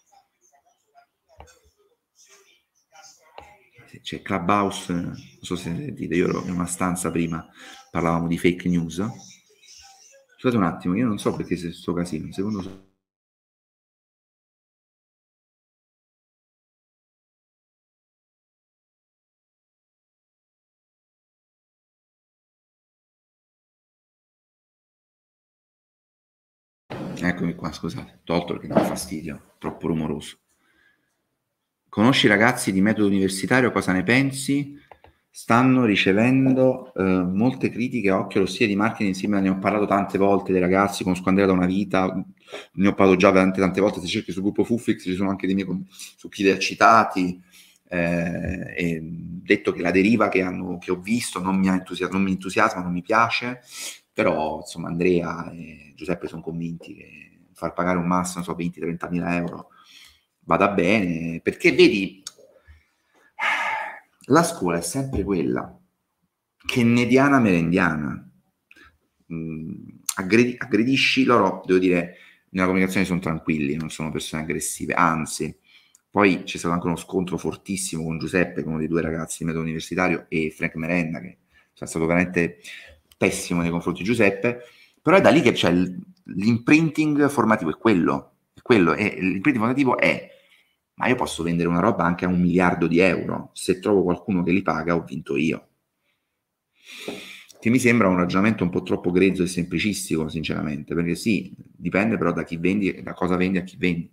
C'è Clubhouse, non so se sentite, io ero in una stanza prima, parlavamo di fake news. Scusate un attimo, io non so perché c'è questo casino, secondo Eccomi qua, scusate, tolto perché mi fa fastidio, troppo rumoroso. Conosci i ragazzi di metodo universitario, cosa ne pensi? Stanno ricevendo eh, molte critiche a occhio allo stile di marketing, insieme ne ho parlato tante volte dei ragazzi, conosco Andrea da una vita, ne ho parlato già veramente tante volte, se cerchi sul gruppo Fufix ci sono anche dei miei su chi li ha citati, eh, e detto che la deriva che, hanno, che ho visto non mi, ha entusiasma, non mi entusiasma, non mi piace, però insomma Andrea e Giuseppe sono convinti che far pagare un massimo, so, venti trenta mila euro vada bene, perché vedi, la scuola è sempre quella, kennediana merendiana. Mm, aggredi- aggredisci loro, devo dire, nella comunicazione sono tranquilli, non sono persone aggressive, anzi, poi c'è stato anche uno scontro fortissimo con Giuseppe, con uno dei due ragazzi di metodo universitario, e Frank Merenda, che è stato veramente pessimo nei confronti di Giuseppe, però è da lì che c'è l'imprinting formativo, è quello, è quello, e l'imprinting formativo è, ma io posso vendere una roba anche a un miliardo di euro, se trovo qualcuno che li paga ho vinto io. Che mi sembra un ragionamento un po' troppo grezzo e semplicistico, sinceramente, perché sì, dipende però da chi vendi, da cosa vendi a chi vendi.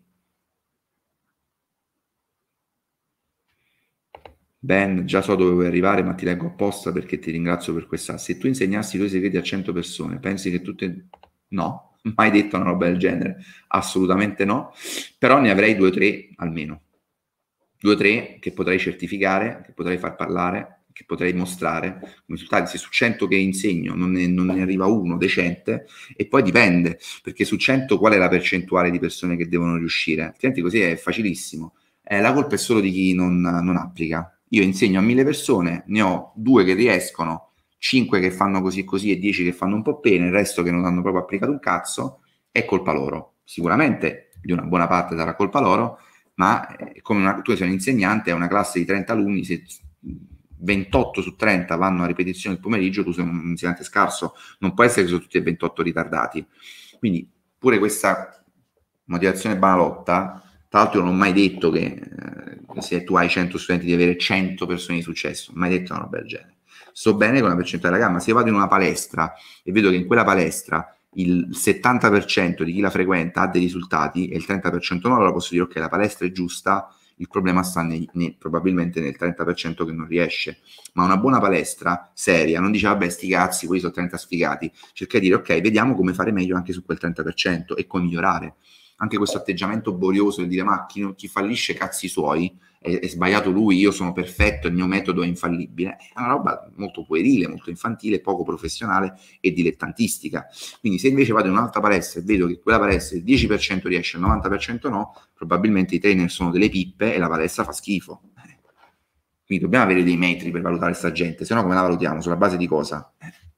Ben, già so dove vuoi arrivare, ma ti leggo apposta perché ti ringrazio per questa. Se tu insegnassi i tuoi segreti a cento persone, pensi che tutte... No, mai detto una roba del genere, assolutamente no, però ne avrei due o tre almeno. Due o tre che potrei certificare, che potrei far parlare, che potrei mostrare come risultati. Se su cento che insegno non ne, non ne arriva uno decente, e poi dipende, perché su cento qual è la percentuale di persone che devono riuscire? Altrimenti così è facilissimo. Eh, la colpa è solo di chi non, non applica. Io insegno a mille persone, ne ho due che riescono, cinque che fanno così e così e dieci che fanno un po' bene, il resto che non hanno proprio applicato un cazzo, è colpa loro. Sicuramente di una buona parte sarà colpa loro, ma eh, come una, tu sei un insegnante, è una classe di trenta alunni, se ventotto su trenta vanno a ripetizione il pomeriggio, tu sei un insegnante scarso, non può essere che sono tutti e ventotto ritardati. Quindi pure questa motivazione banalotta, tra l'altro io non ho mai detto che eh, se tu hai cento studenti di avere cento persone di successo, mai detto una roba del genere. Sto bene con la percentuale della gamma, se io vado in una palestra e vedo che in quella palestra il settanta per cento di chi la frequenta ha dei risultati e il trenta per cento no, allora posso dire ok, la palestra è giusta, il problema sta nei, nei, probabilmente nel trenta per cento che non riesce. Ma una buona palestra seria non dice vabbè sti cazzi, quelli sono trenta sfigati, cerca di dire ok, vediamo come fare meglio anche su quel trenta per cento e come migliorare. Anche questo atteggiamento borioso di dire ma chi, chi fallisce cazzi suoi, è, è sbagliato lui, io sono perfetto, il mio metodo è infallibile, è una roba molto puerile, molto infantile, poco professionale e dilettantistica. Quindi se invece vado in un'altra palestra e vedo che quella palestra il dieci per cento riesce, il novanta per cento no, probabilmente i trainer sono delle pippe e la palestra fa schifo. Quindi dobbiamo avere dei metri per valutare questa gente, se no come la valutiamo? Sulla base di cosa?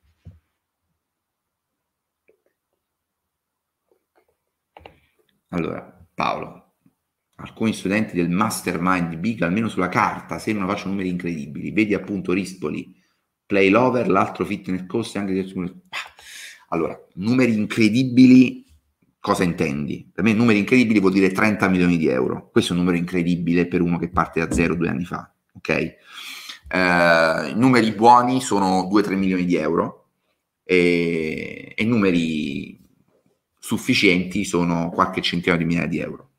Allora, Paolo, alcuni studenti del mastermind di Big, almeno sulla carta, sembrano facciano numeri incredibili. Vedi appunto Rispoli, Play Lover, l'altro fitness coach, anche se... Allora, numeri incredibili, cosa intendi? Per me numeri incredibili vuol dire trenta milioni di euro. Questo è un numero incredibile per uno che parte da zero due anni fa, ok? Eh, numeri buoni sono due tre milioni di euro e, e numeri sufficienti sono qualche centinaio di migliaia di euro.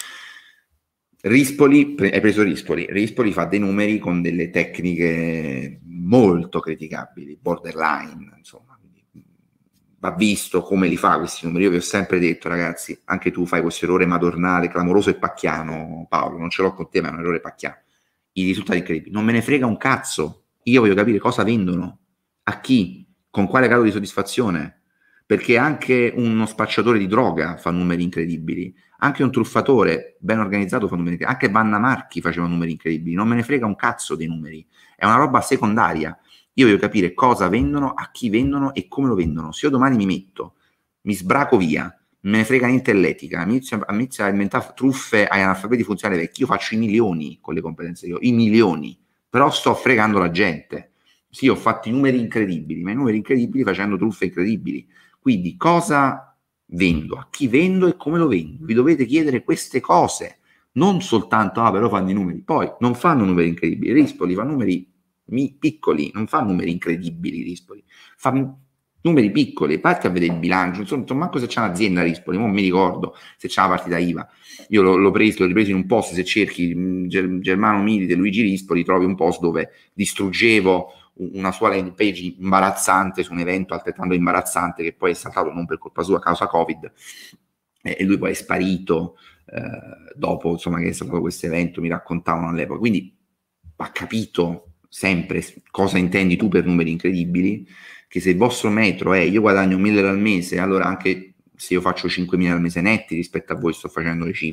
Rispoli, hai preso Rispoli, Rispoli fa dei numeri con delle tecniche molto criticabili, borderline, insomma, va visto come li fa questi numeri. Io vi ho sempre detto, ragazzi, anche tu fai questo errore madornale, clamoroso e pacchiano, Paolo, non ce l'ho con te, ma è un errore pacchiano. I risultati incredibili, non me ne frega un cazzo, io voglio capire cosa vendono, a chi, con quale grado di soddisfazione, perché anche uno spacciatore di droga fa numeri incredibili, anche un truffatore ben organizzato fa numeri incredibili, anche Vanna Marchi faceva numeri incredibili, non me ne frega un cazzo dei numeri, è una roba secondaria. Io voglio capire cosa vendono, a chi vendono e come lo vendono. Se io domani mi metto, mi sbraco via, me ne frega niente l'etica, inizio, inizio a inventare truffe ai analfabeti funzionali vecchi, io faccio i milioni con le competenze che ho, i milioni, però sto fregando la gente. Sì, ho fatto i numeri incredibili, ma i numeri incredibili facendo truffe incredibili. Quindi cosa vendo, a chi vendo e come lo vendo? Vi dovete chiedere queste cose, non soltanto, ah però fanno i numeri, poi non fanno numeri incredibili, Rispoli fa numeri piccoli, non fa numeri incredibili Rispoli, fa numeri piccoli, parti a vedere il bilancio, insomma, non manco se c'è un'azienda Rispoli, non mi ricordo se c'è una partita I V A, io l'ho, l'ho preso, l'ho ripreso in un post, se cerchi Ger- Germano Milite, Luigi Rispoli, trovi un post dove distruggevo una sua landing page imbarazzante su un evento altrettanto imbarazzante che poi è saltato non per colpa sua a causa Covid e, e lui poi è sparito eh, dopo insomma che è stato questo evento, mi raccontavano all'epoca, quindi ha capito sempre cosa intendi tu per numeri incredibili, che se il vostro metro è io guadagno mille al mese, allora anche se io faccio cinquemila al mese netti rispetto a voi sto facendo le cifre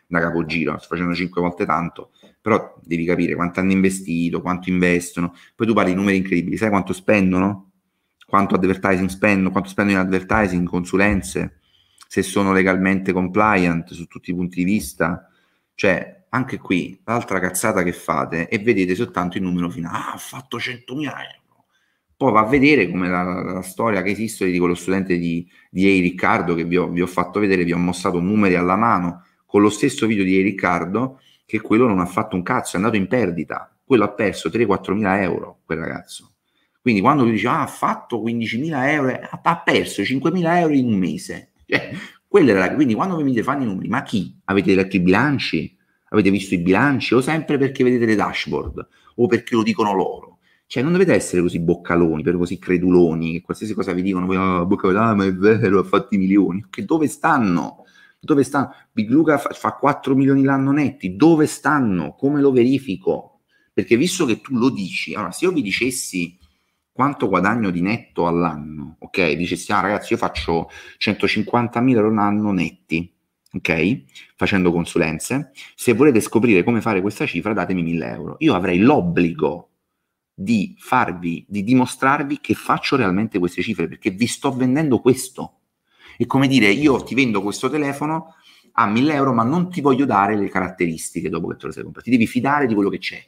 da capogiro, sto facendo cinque volte tanto, però devi capire quanto hanno investito, quanto investono, poi tu parli di numeri incredibili, sai quanto spendono? Quanto advertising spendono, quanto spendono in advertising, consulenze, se sono legalmente compliant su tutti i punti di vista, cioè anche qui l'altra cazzata che fate e vedete soltanto il numero finale, ah, ha fatto centomila euro, poi va a vedere come la, la, la storia che esiste di quello studente di, di Ehi Riccardo che vi ho, vi ho fatto vedere, vi ho mostrato numeri alla mano con lo stesso video di Ehi Riccardo, che quello non ha fatto un cazzo, è andato in perdita, quello ha perso tre quattro mila euro, quel ragazzo. Quindi quando lui dice, ah, ha fatto quindicimila euro, ha perso cinquemila euro in un mese. Cioè, quella era la... Quindi quando vi dite fanno i numeri, ma chi? Avete letto i bilanci? Avete visto i bilanci? O sempre perché vedete le dashboard? O perché lo dicono loro? Cioè, non dovete essere così boccaloni, per così creduloni, che qualsiasi cosa vi dicono, voi, oh, boccaloni, ah, ma è vero, ha fatto i milioni. Che dove stanno? Dove stanno? Big Luca fa, fa quattro milioni l'anno netti. Dove stanno? Come lo verifico? Perché visto che tu lo dici, allora, se io vi dicessi quanto guadagno di netto all'anno, ok? Dicessi, ah ragazzi, io faccio centocinquantamila euro all'anno netti, ok? Facendo consulenze. Se volete scoprire come fare questa cifra, datemi mille euro. Io avrei l'obbligo di farvi, di dimostrarvi che faccio realmente queste cifre, perché vi sto vendendo questo. È come dire, io ti vendo questo telefono a mille euro, ma non ti voglio dare le caratteristiche dopo che te lo sei comprato. Ti devi fidare di quello che c'è.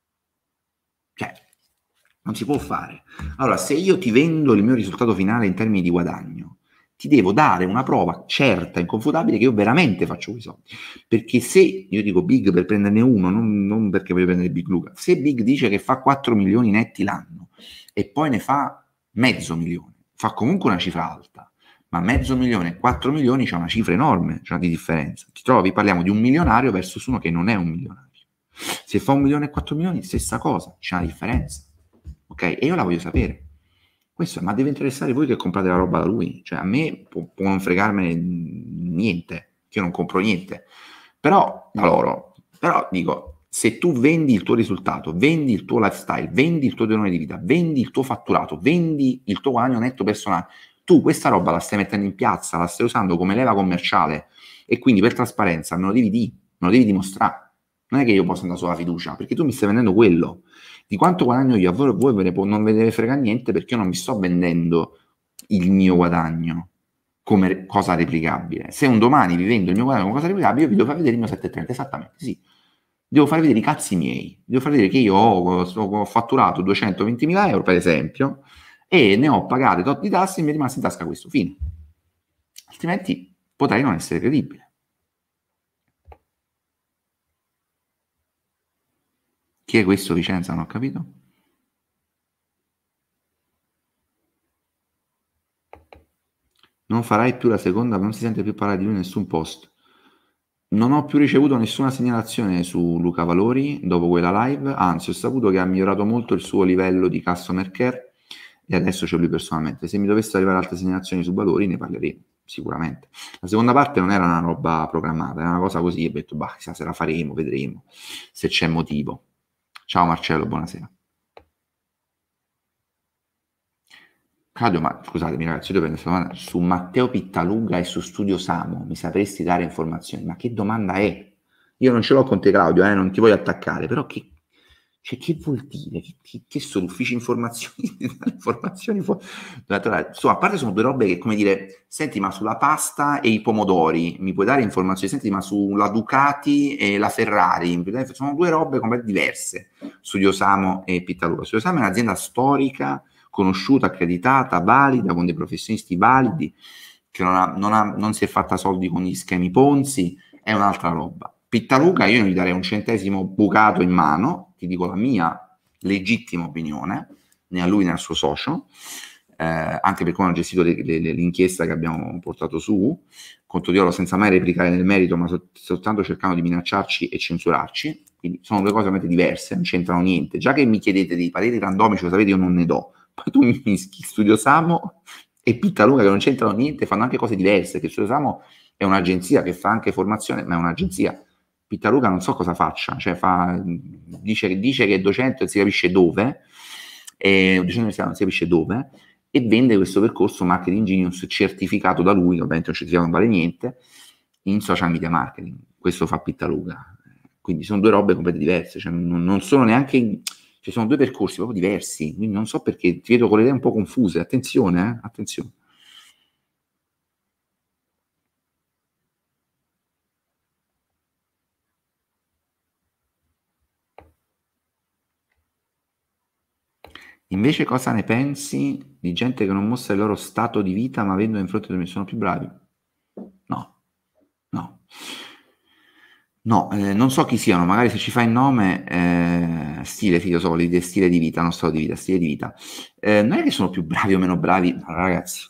Cioè, non si può fare. Allora, se io ti vendo il mio risultato finale in termini di guadagno, ti devo dare una prova certa, inconfutabile, che io veramente faccio quei soldi. Perché se, io dico Big per prenderne uno, non, non perché voglio prendere Big Luca, se Big dice che fa quattro milioni netti l'anno e poi ne fa mezzo milione, fa comunque una cifra alta, ma mezzo milione e quattro milioni c'è una cifra enorme, c'è una di differenza. Ti trovi, parliamo di un milionario versus uno che non è un milionario. Se fa un milione e quattro milioni, stessa cosa, c'è una differenza. Ok? E io la voglio sapere. Questo, ma deve interessare voi che comprate la roba da lui. Cioè, a me può, può non fregarmene niente, che io non compro niente. Però, da loro, però dico, se tu vendi il tuo risultato, vendi il tuo lifestyle, vendi il tuo tenore di vita, vendi il tuo fatturato, vendi il tuo guadagno netto personale, tu questa roba la stai mettendo in piazza, la stai usando come leva commerciale e quindi per trasparenza me lo devi dire, me lo devi dimostrare. Non è che io posso andare sulla fiducia, perché tu mi stai vendendo quello. Di quanto guadagno io, a voi, voi ve ne può, non ve ne frega niente, perché io non mi sto vendendo il mio guadagno come cosa replicabile. Se un domani vi vendo il mio guadagno come cosa replicabile, io vi devo far vedere il mio sette e trenta, esattamente, sì. Devo far vedere i cazzi miei, devo far vedere che io ho, ho fatturato duecentoventimila euro, per esempio, e ne ho pagate tot di tasse e mi è rimasto in tasca questo, fine. Altrimenti potrei non essere credibile. Chi è questo, Vicenza? Non ho capito. Non farai più la seconda, ma non si sente più parlare di lui in nessun post. Non ho più ricevuto nessuna segnalazione su Luca Valori dopo quella live, anzi ho saputo che ha migliorato molto il suo livello di customer care e adesso c'è lui personalmente. Se mi dovessero arrivare altre segnalazioni su Valori ne parleremo, sicuramente. La seconda parte non era una roba programmata, era una cosa così, ho detto, bah, chissà se la faremo, vedremo, se c'è motivo. Ciao Marcello, buonasera. Claudio, ma scusatemi ragazzi, io devo prendere su Matteo Pittaluga e su Studio Samo, mi sapresti dare informazioni? Ma che domanda è? Io non ce l'ho con te Claudio, eh, non ti voglio attaccare, però che, cioè, che vuol dire? Che, che, che sono uffici informazioni? informazioni fu- Insomma, a parte sono due robe che, come dire, senti, ma sulla pasta e i pomodori mi puoi dare informazioni? Senti, ma sulla Ducati e la Ferrari, mi puoi dare... sono due robe completamente diverse, Studio Samo e Pittaluga. Studio Samo è un'azienda storica, conosciuta, accreditata, valida, con dei professionisti validi, che non, ha, non, ha, non si è fatta soldi con gli schemi Ponzi, è un'altra roba. Pittaluga io non gli darei un centesimo bucato in mano, ti dico la mia legittima opinione, né a lui né al suo socio, eh, anche per come hanno gestito le, le, le, l'inchiesta che abbiamo portato su, contro Dio, senza mai replicare nel merito, ma soltanto cercando di minacciarci e censurarci, quindi sono due cose veramente diverse, non c'entrano niente. Già che mi chiedete dei pareri randomici, lo sapete, io non ne do. Poi tu mi mischi Studio Samo e Pittaluga che non c'entrano niente, fanno anche cose diverse, che Studio Samo è un'agenzia che fa anche formazione, ma è un'agenzia. Pittaluga non so cosa faccia, cioè fa, dice, dice che è docente, non si capisce dove, è docente universitario, non si capisce dove, e vende questo percorso Marketing Genius certificato da lui, ovviamente un certificato non vale niente, in social media marketing, questo fa Pittaluga, quindi sono due robe completamente diverse, cioè non, non sono neanche, in, cioè sono due percorsi proprio diversi, quindi non so perché ti vedo con le idee un po' confuse, attenzione, eh? Attenzione. Invece cosa ne pensi di gente che non mostra il loro stato di vita ma vendono in fronte a sono più bravi? No, no. No, eh, non so chi siano, magari se ci fai il nome, eh, stile filosofo, stile di vita, non stato di vita, stile di vita. Eh, non è che sono più bravi o meno bravi, allora, ragazzi,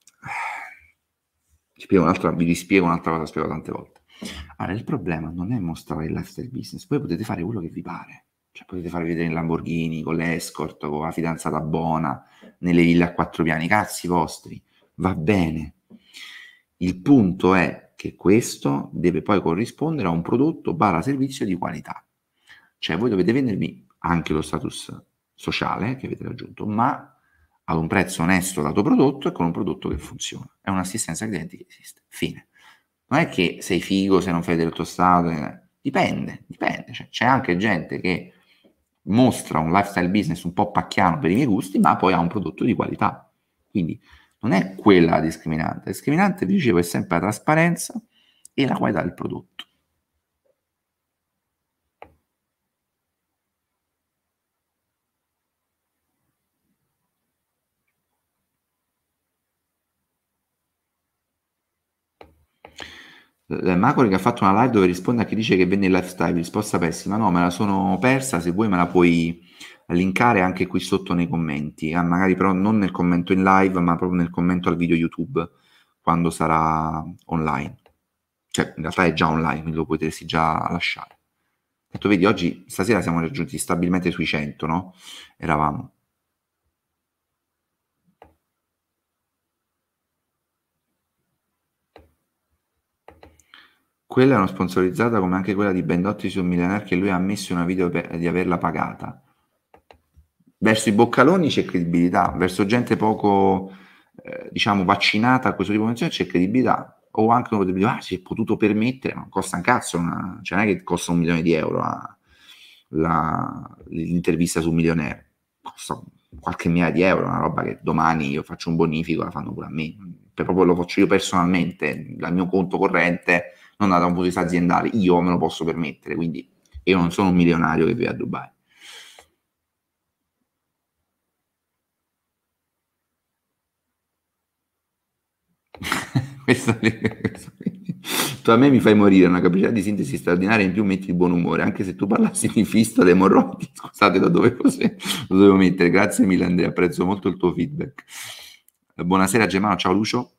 spiego un'altra, vi rispiego un'altra cosa, spiego tante volte. Allora, il problema non è mostrare il lifestyle business, voi potete fare quello che vi pare, cioè potete fare vedere in Lamborghini, con l'escort, con la fidanzata buona, nelle ville a quattro piani, cazzi vostri, va bene. Il punto è che questo deve poi corrispondere a un prodotto barra servizio di qualità. Cioè voi dovete vendervi anche lo status sociale che avete raggiunto, ma ad un prezzo onesto dato prodotto e con un prodotto che funziona. È un'assistenza clienti che esiste. Fine. Non è che sei figo se non fai del tuo stato, eh. dipende, dipende. Cioè, c'è anche gente che mostra un lifestyle business un po' pacchiano per i miei gusti, ma poi ha un prodotto di qualità. Quindi non è quella la discriminante. La discriminante, vi dicevo, è sempre la trasparenza e la qualità del prodotto. Macori che ha fatto una live dove risponde a chi dice che vende il lifestyle, risposta pessima, no, me la sono persa, se vuoi me la puoi linkare anche qui sotto nei commenti, eh, magari però non nel commento in live, ma proprio nel commento al video YouTube, quando sarà online. Cioè, in realtà è già online, quindi lo potresti già lasciare. Detto, vedi, oggi, stasera siamo raggiunti stabilmente sui cento, no? Eravamo. Quella è una sponsorizzata come anche quella di Bendotti su Millionaire che lui ha ammesso in una video per, di averla pagata. Verso i boccaloni c'è credibilità, verso gente poco, eh, diciamo, vaccinata a questo tipo di informazione c'è credibilità. O anche uno potrebbe dire, ah, si è potuto permettere, ma costa un cazzo, una, cioè non è che costa un milione di euro la, la, l'intervista su Millionaire, costa qualche migliaia di euro, una roba che domani io faccio un bonifico, la fanno pure a me, per proprio lo faccio io personalmente, dal mio conto corrente, non da un punto di vista aziendale, io me lo posso permettere, quindi io non sono un milionario che vive a Dubai. questo, questo, tu a me mi fai morire, una capacità di sintesi straordinaria, in più metti il buon umore, anche se tu parlassi di fista, di emorroidi, scusate, lo dovevo, lo dovevo mettere, grazie mille Andrea, apprezzo molto il tuo feedback. Buonasera Germano, ciao Lucio.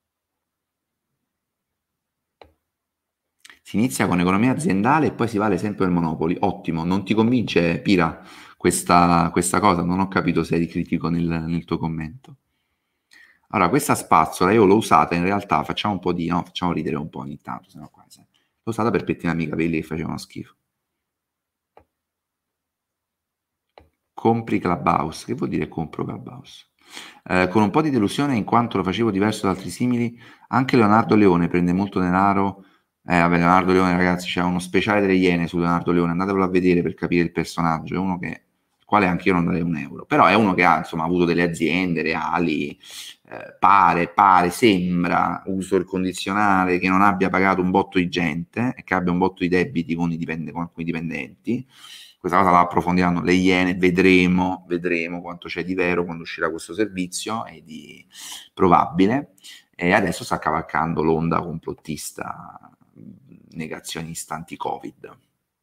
Si inizia con economia aziendale e poi si va all'esempio del Monopoli, ottimo, non ti convince Pira questa, questa cosa? Non ho capito se eri critico nel, nel tuo commento. Allora, questa spazzola io l'ho usata in realtà, facciamo un po' di, no, facciamo ridere un po' ogni tanto, sennò qua, se... l'ho usata per pettinarmi i capelli che facevano schifo. Compri Clubhouse, che vuol dire compro Clubhouse? Eh, con un po' di delusione in quanto lo facevo diverso da altri simili, anche Leonardo Leone prende molto denaro. Eh, vabbè, Leonardo Leone, ragazzi, c'è uno speciale delle Iene su Leonardo Leone, andatevelo a vedere per capire il personaggio, è uno che, il quale anche io non darei un euro, però è uno che ha, insomma, avuto delle aziende reali, eh, pare, pare, sembra, uso il condizionale, che non abbia pagato un botto di gente e che abbia un botto di debiti con, i dipende- con alcuni dipendenti. Questa cosa la approfondiranno le Iene, vedremo, vedremo quanto c'è di vero quando uscirà questo servizio e di probabile. E adesso sta cavalcando l'onda complottista negazionista anti-Covid.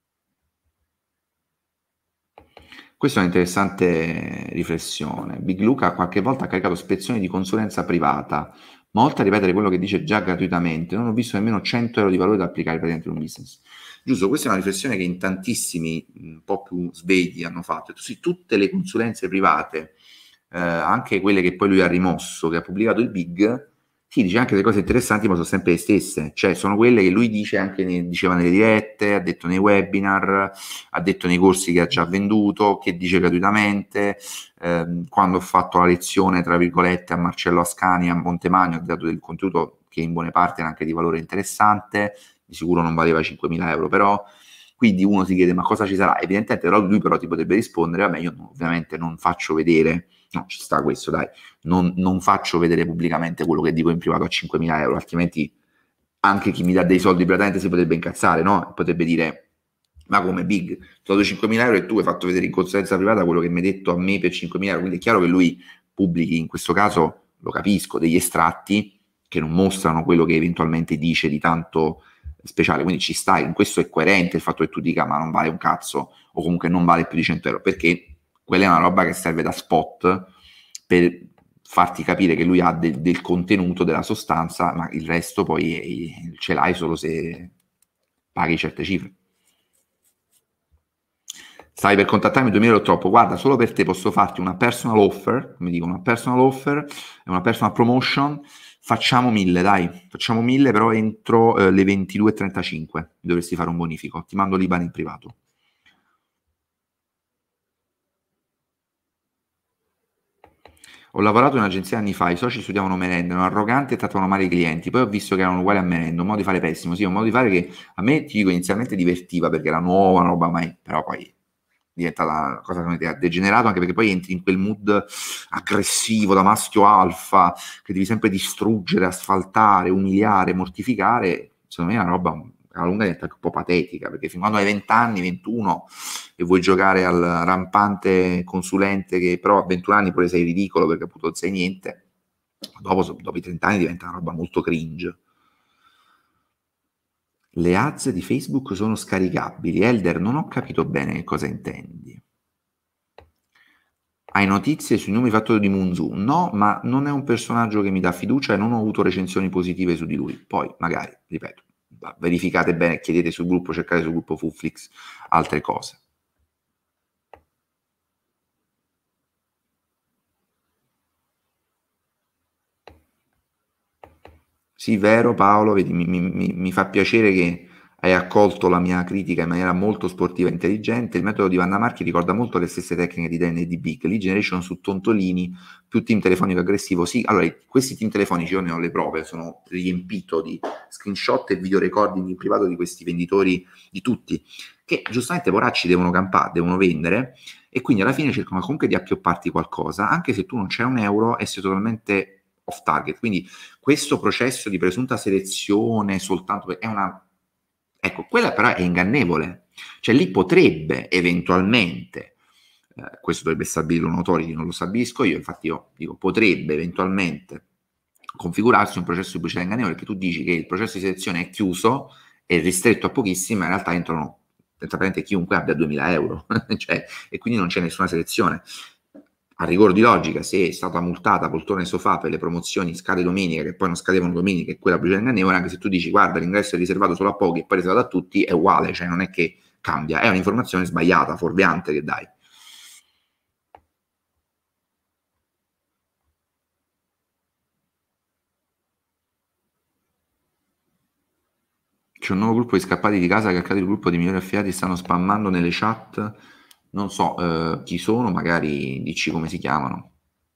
Questa è un'interessante riflessione. Big Luca qualche volta ha caricato spezzoni di consulenza privata, ma oltre a ripetere quello che dice già gratuitamente, non ho visto nemmeno cento euro di valore da applicare praticamente in un business. Giusto, questa è una riflessione che in tantissimi, un po' più svegli, hanno fatto. Sì, tutte le consulenze private, eh, anche quelle che poi lui ha rimosso, che ha pubblicato il Big, sì, dice anche delle cose interessanti, ma sono sempre le stesse, cioè sono quelle che lui dice anche ne, diceva nelle dirette, ha detto nei webinar, ha detto nei corsi che ha già venduto, che dice gratuitamente. Eh, quando ho fatto la lezione, tra virgolette, a Marcello Ascani a Montemagno, ho dato del contenuto che in buone parti era anche di valore interessante, di sicuro non valeva cinquemila euro, però quindi uno si chiede ma cosa ci sarà? Evidentemente però lui però ti potrebbe rispondere, vabbè io ovviamente non faccio vedere, no ci sta questo dai, non, non faccio vedere pubblicamente quello che dico in privato a cinquemila euro, altrimenti anche chi mi dà dei soldi privatamente si potrebbe incazzare, no? Potrebbe dire, ma come Big, ti ho dato cinquemila euro e tu hai fatto vedere in consulenza privata quello che mi hai detto a me per cinquemila euro, quindi è chiaro che lui pubblichi, in questo caso lo capisco, degli estratti che non mostrano quello che eventualmente dice di tanto speciale, quindi ci stai, in questo è coerente il fatto che tu dica ma non vale un cazzo o comunque non vale più di cento euro, perché quella è una roba che serve da spot per farti capire che lui ha del, del contenuto, della sostanza, ma il resto poi ce l'hai solo se paghi certe cifre. Stai per contattarmi duemila euro troppo, guarda, solo per te posso farti una personal offer, come dico, una personal offer, una personal promotion, facciamo mille, dai, facciamo mille, però entro eh, le ventidue e trentacinque dovresti fare un bonifico, ti mando l'I B A N in privato. Ho lavorato in un'agenzia anni fa, i soci studiavano merenda, erano arroganti e trattavano male i clienti, poi ho visto che erano uguali a merenda, un modo di fare pessimo, sì, un modo di fare che a me, ti dico, inizialmente divertiva perché era nuova, una roba mai, però poi diventa una cosa che ha degenerato, anche perché poi entri in quel mood aggressivo da maschio alfa, che devi sempre distruggere, asfaltare, umiliare, mortificare, secondo me è una roba alla lunga diventa anche un po' patetica, perché fin quando hai venti anni, ventuno, e vuoi giocare al rampante consulente che però a ventuno anni pure sei ridicolo perché appunto non sai niente, dopo, dopo i trenta anni diventa una roba molto cringe. Le ads di Facebook sono scaricabili. Elder, non ho capito bene che cosa intendi. Hai notizie sui numeri fattori di Munzu? No, ma non è un personaggio che mi dà fiducia e non ho avuto recensioni positive su di lui. Poi, magari, ripeto, verificate bene, chiedete sul gruppo, cercate sul gruppo Fuflix altre cose. Sì, vero Paolo, vedi, mi, mi, mi fa piacere che hai accolto la mia critica in maniera molto sportiva e intelligente. Il metodo di Vanna Marchi ricorda molto le stesse tecniche di Dan e di Big, lead generation su tontolini, più team telefonico aggressivo. Sì, allora, questi team telefonici io ne ho le prove, sono riempito di screenshot e video recording in privato di questi venditori, di tutti, che giustamente poracci devono campare, devono vendere, e quindi alla fine cercano comunque di appiopparti qualcosa, anche se tu non c'è un euro e sei totalmente off target. Quindi questo processo di presunta selezione soltanto è una, ecco, quella però è ingannevole, cioè lì potrebbe eventualmente, eh, questo dovrebbe stabilire un'autority, non lo stabilisco io, infatti io dico potrebbe eventualmente configurarsi un processo di pubblicità ingannevole, perché tu dici che il processo di selezione è chiuso, è ristretto a pochissimi, ma in realtà entrano praticamente chiunque abbia duemila euro, cioè, e quindi non c'è nessuna selezione. A rigor di logica, se è stata multata poltrone e sofà per le promozioni scade domenica, che poi non scadevano domenica, e quella pubblicità ingannevole, anche se tu dici guarda l'ingresso è riservato solo a pochi e poi è riservato a tutti, è uguale, cioè non è che cambia, è un'informazione sbagliata, fuorviante che dai. C'è un nuovo gruppo di scappati di casa che accade il gruppo di migliori affiliati, stanno spammando nelle chat, non so eh, chi sono, magari dici come si chiamano.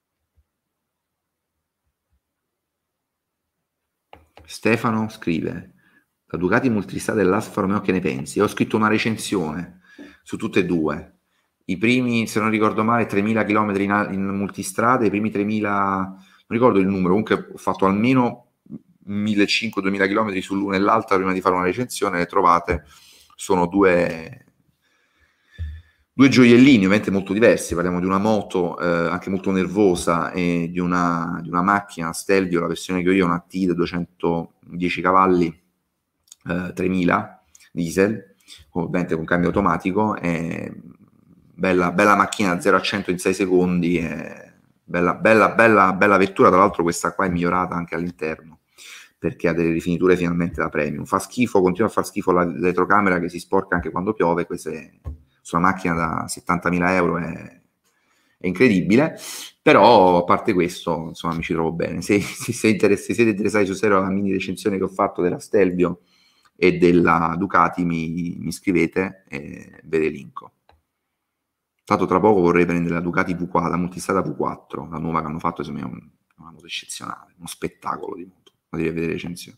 Stefano scrive: la Ducati multistrada e l'Alfa Romeo, che ne pensi? Ho scritto una recensione su tutte e due. I primi, se non ricordo male, tremila chilometri in, in multistrada, i primi tremila, non ricordo il numero, comunque ho fatto almeno millecinquecento duemila chilometri sull'una e l'altra prima di fare una recensione, le trovate, sono due, due gioiellini ovviamente molto diversi, parliamo di una moto eh, anche molto nervosa e di una, di una macchina Stelvio, la versione che ho io è una T da duecentodieci cavalli, eh, tremila diesel, ovviamente con cambio automatico, e bella, bella macchina zero a cento in sei secondi, e bella, bella, bella, bella vettura, tra l'altro questa qua è migliorata anche all'interno perché ha delle rifiniture finalmente da premium. Fa schifo, continua a far schifo la retrocamera che si sporca anche quando piove, questa è su una macchina da settantamila euro, è, è incredibile, però a parte questo insomma mi ci trovo bene. Se, se, se, interess- se siete interessati su serio alla mini recensione che ho fatto della Stelvio e della Ducati, mi, mi scrivete e ve le linko. Tanto tra poco vorrei prendere la Ducati V quattro, la multistrada V quattro, la nuova che hanno fatto, secondo me è un, una moto eccezionale, uno spettacolo di moto. devi vedere recensioni.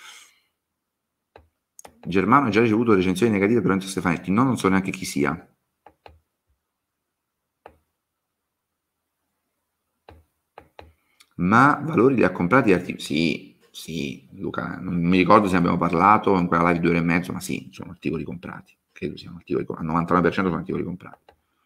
Germano ha già ricevuto recensioni negative per Lorenzo Stefanetti, no, non so neanche chi sia. Ma valori li ha comprati articoli? Sì, sì, Luca, non mi ricordo se abbiamo parlato in quella live di due ore e mezzo, ma sì, sono articoli comprati, credo siano articoli comprati, al novantanove per cento sono articoli comprati.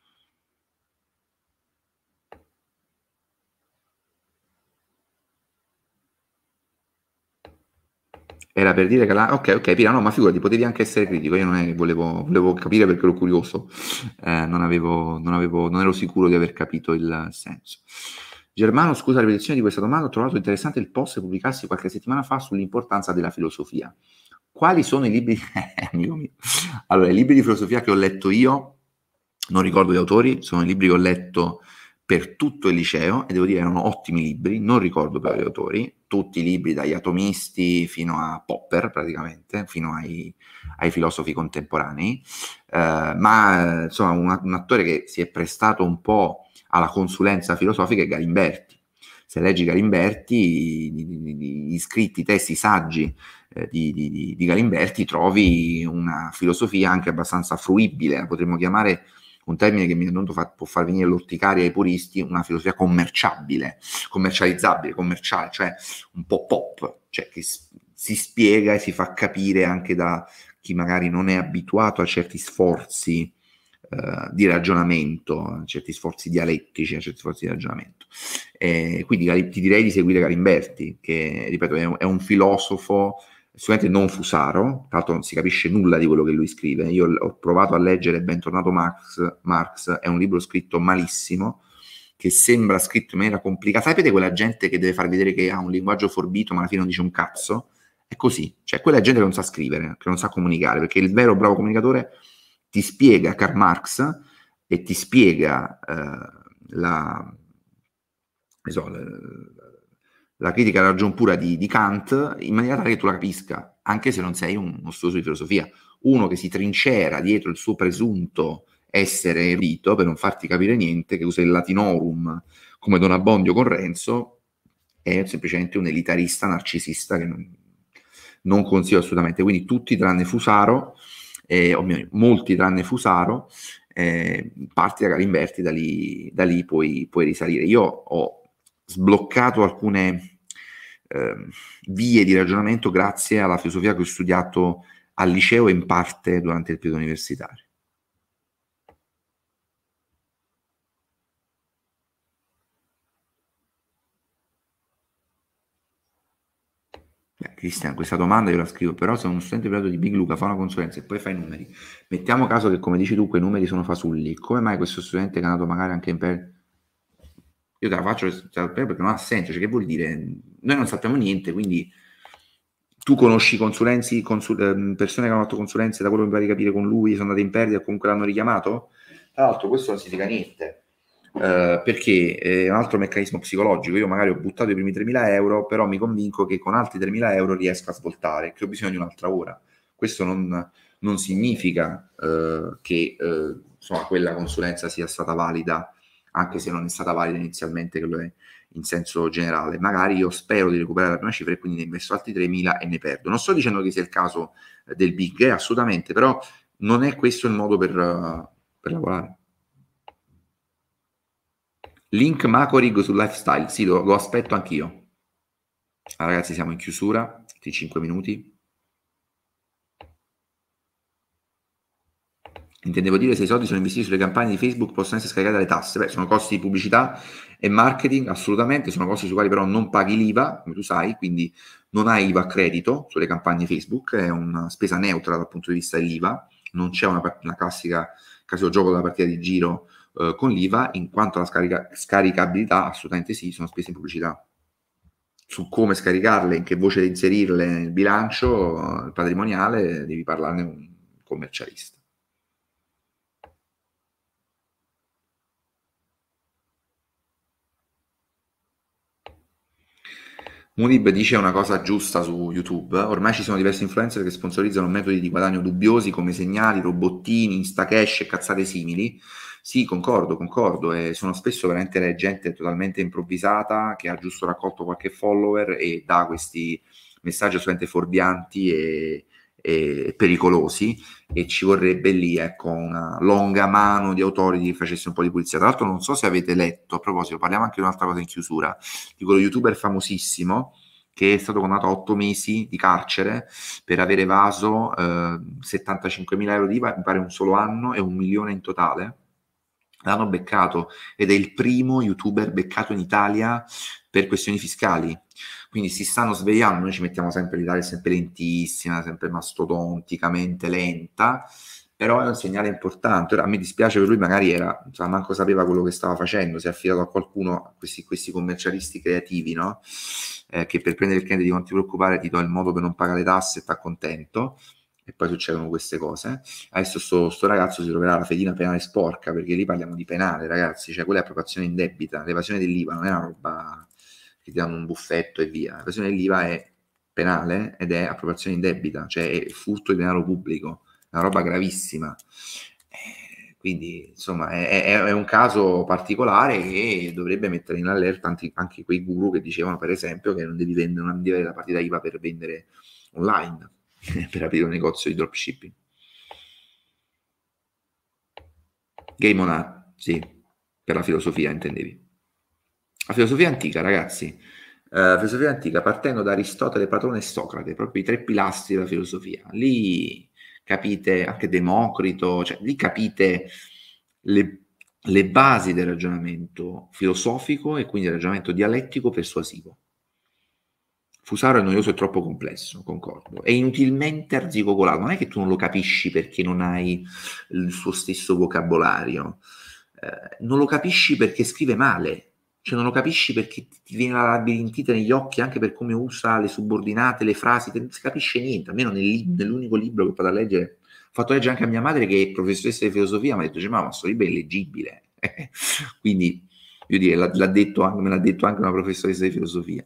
Era per dire che la... ok, ok, Pira, no, ma figurati, potevi anche essere critico, io non è che volevo, volevo capire perché ero curioso, eh, non, avevo, non, avevo, non ero sicuro di aver capito il senso. Germano, scusa la ripetizione di questa domanda, ho trovato interessante il post pubblicassi qualche settimana fa sull'importanza della filosofia. Quali sono i libri... amico mio. Allora, i libri di filosofia che ho letto io, non ricordo gli autori, sono i libri che ho letto per tutto il liceo e devo dire erano ottimi libri, non ricordo però gli autori, tutti i libri dagli atomisti fino a Popper praticamente, fino ai, ai filosofi contemporanei, eh, ma insomma un, un attore che si è prestato un po' alla consulenza filosofica è Galimberti. Se leggi Galimberti, gli scritti, i testi, i saggi eh, di, di, di Galimberti, trovi una filosofia anche abbastanza fruibile, la potremmo chiamare un termine che mi è venuto fa, può far venire l'orticaria ai puristi, una filosofia commerciabile, commercializzabile, commerciale, cioè un po' pop, cioè che si spiega e si fa capire anche da chi magari non è abituato a certi sforzi eh, di ragionamento, a certi sforzi dialettici, a certi sforzi di ragionamento. Eh, quindi ti direi di seguire Galimberti, che ripeto è un, è un filosofo sicuramente non Fusaro, tra l'altro non si capisce nulla di quello che lui scrive. Io ho provato a leggere Bentornato Marx, Marx è un libro scritto malissimo, che sembra scritto in maniera complicata. Sapete quella gente che deve far vedere che ha un linguaggio forbito ma alla fine non dice un cazzo? È così, cioè quella gente che non sa scrivere, che non sa comunicare, perché il vero bravo comunicatore ti spiega Karl Marx e ti spiega eh, la, so, la, la critica alla ragion pura di, di Kant in maniera tale che tu la capisca, anche se non sei un, uno studioso di filosofia. Uno che si trincera dietro il suo presunto essere erudito per non farti capire niente, che usa il latinorum come Don Abbondio con Renzo, è semplicemente un elitarista narcisista che non, non consiglio assolutamente. Quindi tutti tranne Fusaro, eh, o meglio, molti tranne Fusaro, eh, parti da Galimberti, da lì, da lì puoi, puoi risalire. Io ho sbloccato alcune eh, vie di ragionamento grazie alla filosofia che ho studiato al liceo e in parte durante il periodo universitario. Beh, Cristian, questa domanda io la scrivo, però se uno studente privato di Big Luca fa una consulenza e poi fa i numeri, mettiamo caso che come dici tu quei numeri sono fasulli, come mai questo studente che è andato magari anche in per... Io te la faccio perché non ha senso, cioè che vuol dire? Noi non sappiamo niente, quindi tu conosci consulenzi, consul, persone che hanno fatto consulenze, da quello che mi pare di capire con lui, sono andate in perdita e comunque l'hanno richiamato? Tra l'altro questo non significa niente, eh, perché è un altro meccanismo psicologico. Io magari ho buttato i primi tremila euro, però mi convinco che con altri tremila euro riesco a svoltare, che ho bisogno di un'altra ora. Questo non, non significa eh, che eh, insomma, quella consulenza sia stata valida, anche se non è stata valida inizialmente, che lo è in senso generale. Magari io spero di recuperare la prima cifra e quindi ne investo altri tremila e ne perdo. Non sto dicendo che sia il caso del big, eh, assolutamente, però non è questo il modo per, uh, per lavorare. Link Macorig sul lifestyle, sì, lo, lo aspetto anch'io. Ah, ragazzi, siamo in chiusura, di cinque minuti. Intendevo dire se i soldi sono investiti sulle campagne di Facebook possono essere scaricati dalle tasse. Beh, sono costi di pubblicità e marketing, assolutamente, sono costi sui quali però non paghi l'I V A, come tu sai, quindi non hai I V A a credito sulle campagne Facebook, è una spesa neutra dal punto di vista dell'I V A, non c'è una, una classica caso gioco della partita di giro eh, con l'I V A, in quanto alla scarica, scaricabilità, assolutamente sì, sono spese in pubblicità. Su come scaricarle, in che voce inserirle nel bilancio eh, patrimoniale, devi parlarne con un commercialista. Munib dice una cosa giusta su YouTube: ormai ci sono diversi influencer che sponsorizzano metodi di guadagno dubbiosi come segnali, robottini, instacash e cazzate simili. Sì, concordo, concordo, e sono spesso veramente gente totalmente improvvisata che ha giusto raccolto qualche follower e dà questi messaggi assolutamente fuorvianti e, e pericolosi, e ci vorrebbe lì, ecco, una longa mano di autori che facesse un po' di pulizia. Tra l'altro non so se avete letto, a proposito, parliamo anche di un'altra cosa in chiusura, di quello youtuber famosissimo che è stato condannato a otto mesi di carcere per aver evaso eh, settantacinquemila euro di I V A, mi pare un solo anno, e un milione in totale. L'hanno beccato ed è il primo youtuber beccato in Italia per questioni fiscali. Quindi si stanno svegliando, noi ci mettiamo sempre, l'Italia è sempre lentissima, sempre mastodonticamente lenta, però è un segnale importante. Ora, a me dispiace per lui, magari era, insomma, manco sapeva quello che stava facendo, si è affidato a qualcuno, questi, questi commercialisti creativi, no? Eh, che per prendere il cliente di non ti preoccupare, ti do il modo per non pagare le tasse e sta contento, e poi succedono queste cose. Adesso sto, sto ragazzo si troverà la fedina penale sporca, perché lì parliamo di penale, ragazzi, cioè quella è appropriazione indebita, l'evasione dell'I V A non è una roba che ti danno un buffetto e via, l'evasione dell'I V A è penale ed è appropriazione indebita, cioè è furto di denaro pubblico, è una roba gravissima. Eh, quindi insomma è, è, è un caso particolare che dovrebbe mettere in allerta anche, anche quei guru che dicevano, per esempio, che non devi vendere, non devi avere la partita I V A per vendere online, per aprire un negozio di dropshipping. Game on Art, sì, per la filosofia intendevi. La filosofia antica, ragazzi, la uh, filosofia antica, partendo da Aristotele, Platone e Socrate, proprio i tre pilastri della filosofia. Lì capite, anche Democrito, cioè lì capite le, le basi del ragionamento filosofico e quindi del ragionamento dialettico persuasivo. Fusaro è noioso e troppo complesso, concordo. È inutilmente arzigogolato. Non è che tu non lo capisci perché non hai il suo stesso vocabolario. Eh, non lo capisci perché scrive male. Cioè non lo capisci perché ti viene la labirintite negli occhi anche per come usa le subordinate, le frasi. Non si capisce niente. Almeno nel, nell'unico libro che ho fatto a leggere, ho fatto leggere anche a mia madre, che è professoressa di filosofia, mi ha detto, cioè, ma questo libro è illeggibile. Quindi, io dire, l'ha, l'ha detto anche, me l'ha detto anche una professoressa di filosofia.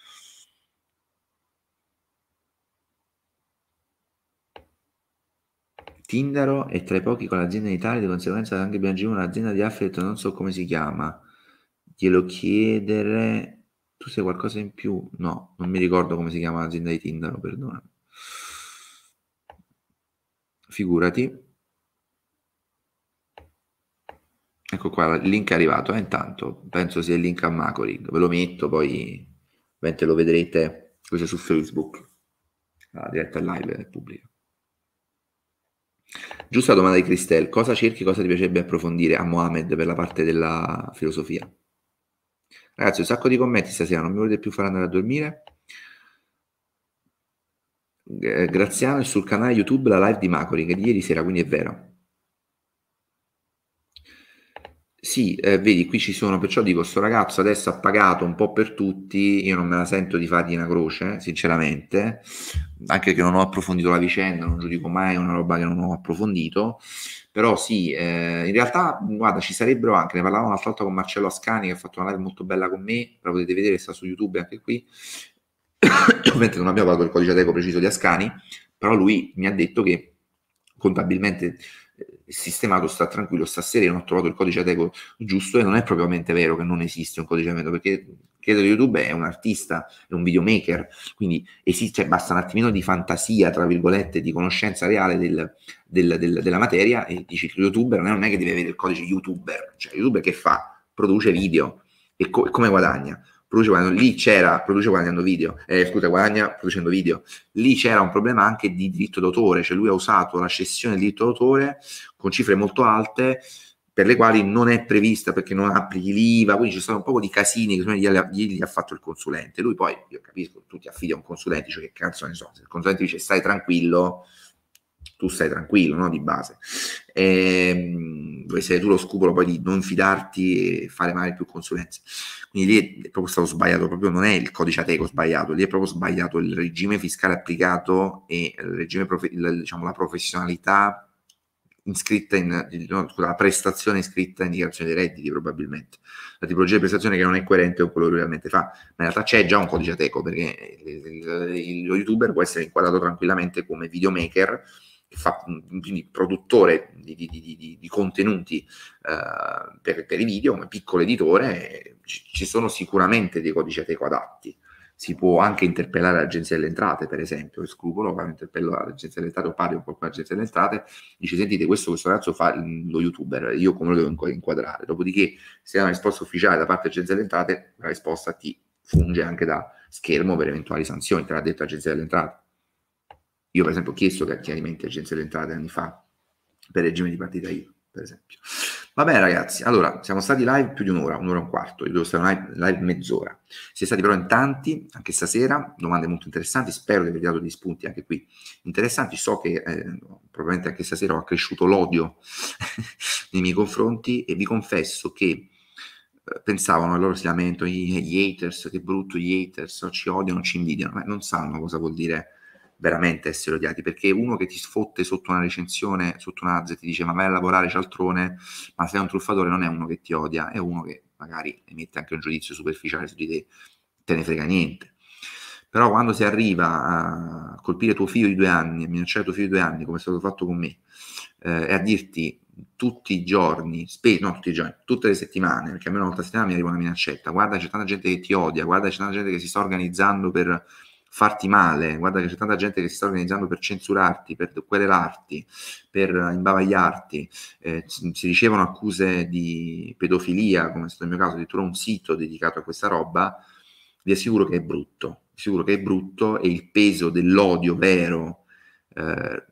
Tindaro è tra i pochi con l'azienda in Italia, di conseguenza anche B G un'azienda di affiliate, non so come si chiama. Glielo chiedere. Tu sai qualcosa in più? No, non mi ricordo come si chiama l'azienda di Tindaro, perdona. Figurati. Ecco qua, il link è arrivato, eh, intanto. Penso sia il link a Macoring. Ve lo metto, poi mentre lo vedrete, questo su Facebook. La diretta live è pubblica. Giusta domanda di Cristel: cosa cerchi, cosa ti piacerebbe approfondire a Mohamed per la parte della filosofia? Ragazzi, un sacco di commenti stasera, non mi volete più far andare a dormire. Graziano è sul canale YouTube la live di Macoring di ieri sera, quindi è vero. Sì, eh, vedi, qui ci sono, perciò dico, sto ragazzo adesso ha pagato un po' per tutti, io non me la sento di fargli una croce, sinceramente, anche che non ho approfondito la vicenda, non giudico mai una roba che non ho approfondito, però sì, eh, in realtà, guarda, ci sarebbero anche, ne parlavamo l'altra volta con Marcello Ascani, che ha fatto una live molto bella con me, la potete vedere, sta su YouTube anche qui. Ovviamente non abbiamo parlato del codice Ateco preciso di Ascani, però lui mi ha detto che contabilmente sistemato, sta tranquillo, sta sereno, ho trovato il codice Ateco giusto, e non è propriamente vero che non esiste un codice Ateco, perché credo che YouTube è un artista, è un videomaker, quindi esiste, cioè, basta un attimino di fantasia, tra virgolette, di conoscenza reale del, del, del, della materia, e dici che YouTuber non è che deve avere il codice YouTuber, cioè YouTuber che fa? Produce video, e co- come guadagna? Produce guadagnando, lì c'era, produce guadagnando video, eh, scusa, guadagna producendo video. Lì c'era un problema anche di diritto d'autore, cioè lui ha usato la cessione del diritto d'autore con cifre molto alte, per le quali non è prevista, perché non applichi l'I V A, quindi c'è stato un po' di casini che gli ha, gli ha fatto il consulente. Lui poi, io capisco, tu ti affidi a un consulente, cioè che cazzo ne so, se il consulente dice stai tranquillo, tu stai tranquillo, no, di base. E, dove sei tu lo scrupolo poi di non fidarti e fare male più consulenze. Quindi lì è proprio stato sbagliato, proprio non è il codice Ateco sbagliato, lì è proprio sbagliato il regime fiscale applicato e il regime profe- il, diciamo, la professionalità iscritta in, no, scusa, la prestazione iscritta in dichiarazione dei redditi probabilmente. La tipologia di prestazione che non è coerente con quello che lui realmente fa, ma in realtà c'è già un codice Ateco, perché il, il, il, lo youtuber può essere inquadrato tranquillamente come videomaker, che fa, quindi produttore di, di, di, di contenuti uh, per, per i video, come piccolo editore. Ci, ci sono sicuramente dei codici Ateco adatti. Si può anche interpellare l'agenzia delle entrate, per esempio, il scrupolo, quando interpello l'agenzia delle entrate o parlo con l'agenzia delle entrate, dice: sentite, questo, questo ragazzo fa lo youtuber, io come lo devo inquadrare? Dopodiché, se è una risposta ufficiale da parte dell'agenzia delle entrate, la risposta ti funge anche da schermo per eventuali sanzioni, te l'ha detto l'agenzia delle entrate. Io per esempio ho chiesto chiarimenti all'agenzia delle entrate anni fa per regime di partita I V A, per esempio. Va bene ragazzi, allora siamo stati live più di un'ora, un'ora e un quarto, io devo stare live, live mezz'ora. Siete stati però in tanti, anche stasera, domande molto interessanti, spero di aver dato degli spunti anche qui interessanti. So che eh, probabilmente anche stasera ho accresciuto l'odio nei miei confronti e vi confesso che eh, pensavano, loro si lamentano, gli, gli haters, che brutto gli haters, no? Ci odiano, ci invidiano, ma non sanno cosa vuol dire veramente essere odiati, perché uno che ti sfotte sotto una recensione, sotto una Z, ti dice ma vai a lavorare cialtrone, ma sei un truffatore, non è uno che ti odia, è uno che magari emette anche un giudizio superficiale su di te, te ne frega niente. Però quando si arriva a colpire tuo figlio di due anni, a minacciare tuo figlio di due anni, come è stato fatto con me, eh, e a dirti tutti i giorni, spe- no tutti i giorni, tutte le settimane, perché almeno una volta a settimana mi arriva una minaccetta, guarda c'è tanta gente che ti odia, guarda c'è tanta gente che si sta organizzando per farti male, guarda che c'è tanta gente che si sta organizzando per censurarti, per querelarti, per imbavagliarti, eh, si ricevono accuse di pedofilia, come è stato il mio caso, addirittura un sito dedicato a questa roba. Vi assicuro che è brutto, vi assicuro che è brutto, e il peso dell'odio vero, eh,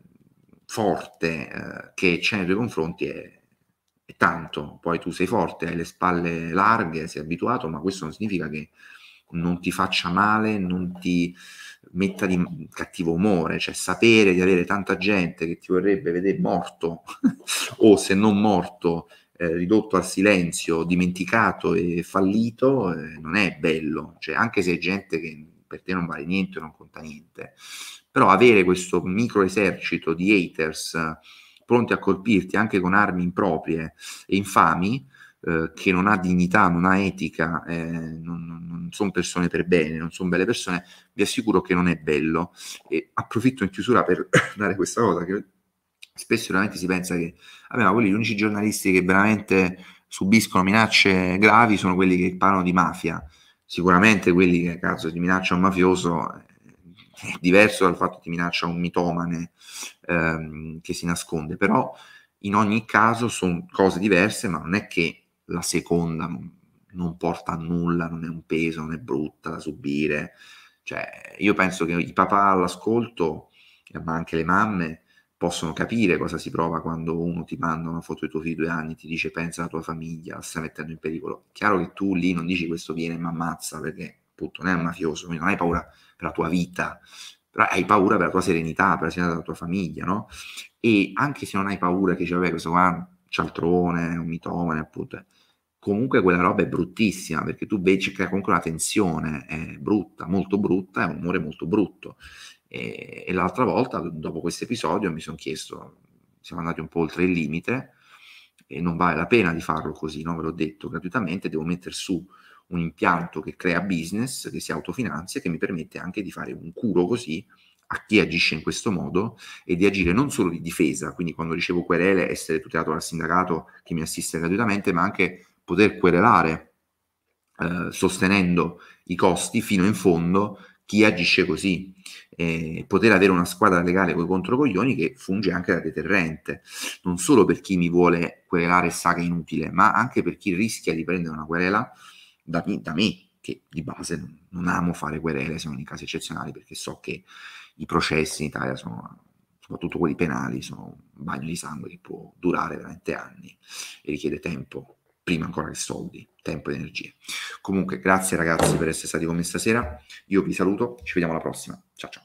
forte, eh, che c'è nei tuoi confronti è, è tanto. Poi tu sei forte, hai le spalle larghe, sei abituato, ma questo non significa che non ti faccia male, non ti metta di cattivo umore. Cioè sapere di avere tanta gente che ti vorrebbe vedere morto o se non morto eh, ridotto al silenzio, dimenticato e fallito, eh, non è bello. Cioè anche se è gente che per te non vale niente, non conta niente, però avere questo micro esercito di haters eh, pronti a colpirti anche con armi improprie e infami, eh, che non ha dignità, non ha etica, eh, non, non, non sono persone per bene, non sono belle persone, vi assicuro che non è bello. E approfitto in chiusura per dare questa cosa, che spesso veramente si pensa che vabbè, ma quelli gli unici giornalisti che veramente subiscono minacce gravi sono quelli che parlano di mafia. Sicuramente quelli che cazzo ti minaccia un mafioso è diverso dal fatto che ti minaccia un mitomane ehm, che si nasconde, però in ogni caso sono cose diverse, ma non è che la seconda non, non porta a nulla, non è un peso, non è brutta da subire. Cioè, io penso che i papà all'ascolto, ma anche le mamme, possono capire cosa si prova quando uno ti manda una foto di tuo figlio di due anni, ti dice pensa alla tua famiglia, la stai mettendo in pericolo. Chiaro che tu lì non dici questo viene e mi ammazza, perché appunto non è un mafioso, quindi non hai paura per la tua vita, però hai paura per la tua serenità, per la serenità della tua famiglia, no? E anche se non hai paura che dice vabbè questo qua cialtrone, un mitomane, appunto, comunque quella roba è bruttissima, perché tu vedi, c'è comunque una tensione, è brutta, molto brutta, è un umore molto brutto. E, e l'altra volta, dopo questo episodio, mi sono chiesto, siamo andati un po' oltre il limite e non vale la pena di farlo così, no? Ve l'ho detto gratuitamente, devo mettere su un impianto che crea business, che si autofinanzia, che mi permette anche di fare un curo così a chi agisce in questo modo e di agire non solo di difesa, quindi quando ricevo querele essere tutelato dal sindacato che mi assiste gratuitamente, ma anche poter querelare eh, sostenendo i costi fino in fondo chi agisce così, eh, poter avere una squadra legale con i controcoglioni che funge anche da deterrente, non solo per chi mi vuole querelare e sa che è inutile, ma anche per chi rischia di prendere una querela da, da me, che di base non, non amo fare querele se non in casi eccezionali, perché so che i processi in Italia sono, soprattutto quelli penali, sono un bagno di sangue che può durare veramente anni e richiede tempo, prima ancora che soldi, tempo e energie. Comunque, grazie ragazzi per essere stati con me stasera, io vi saluto, ci vediamo alla prossima, ciao ciao.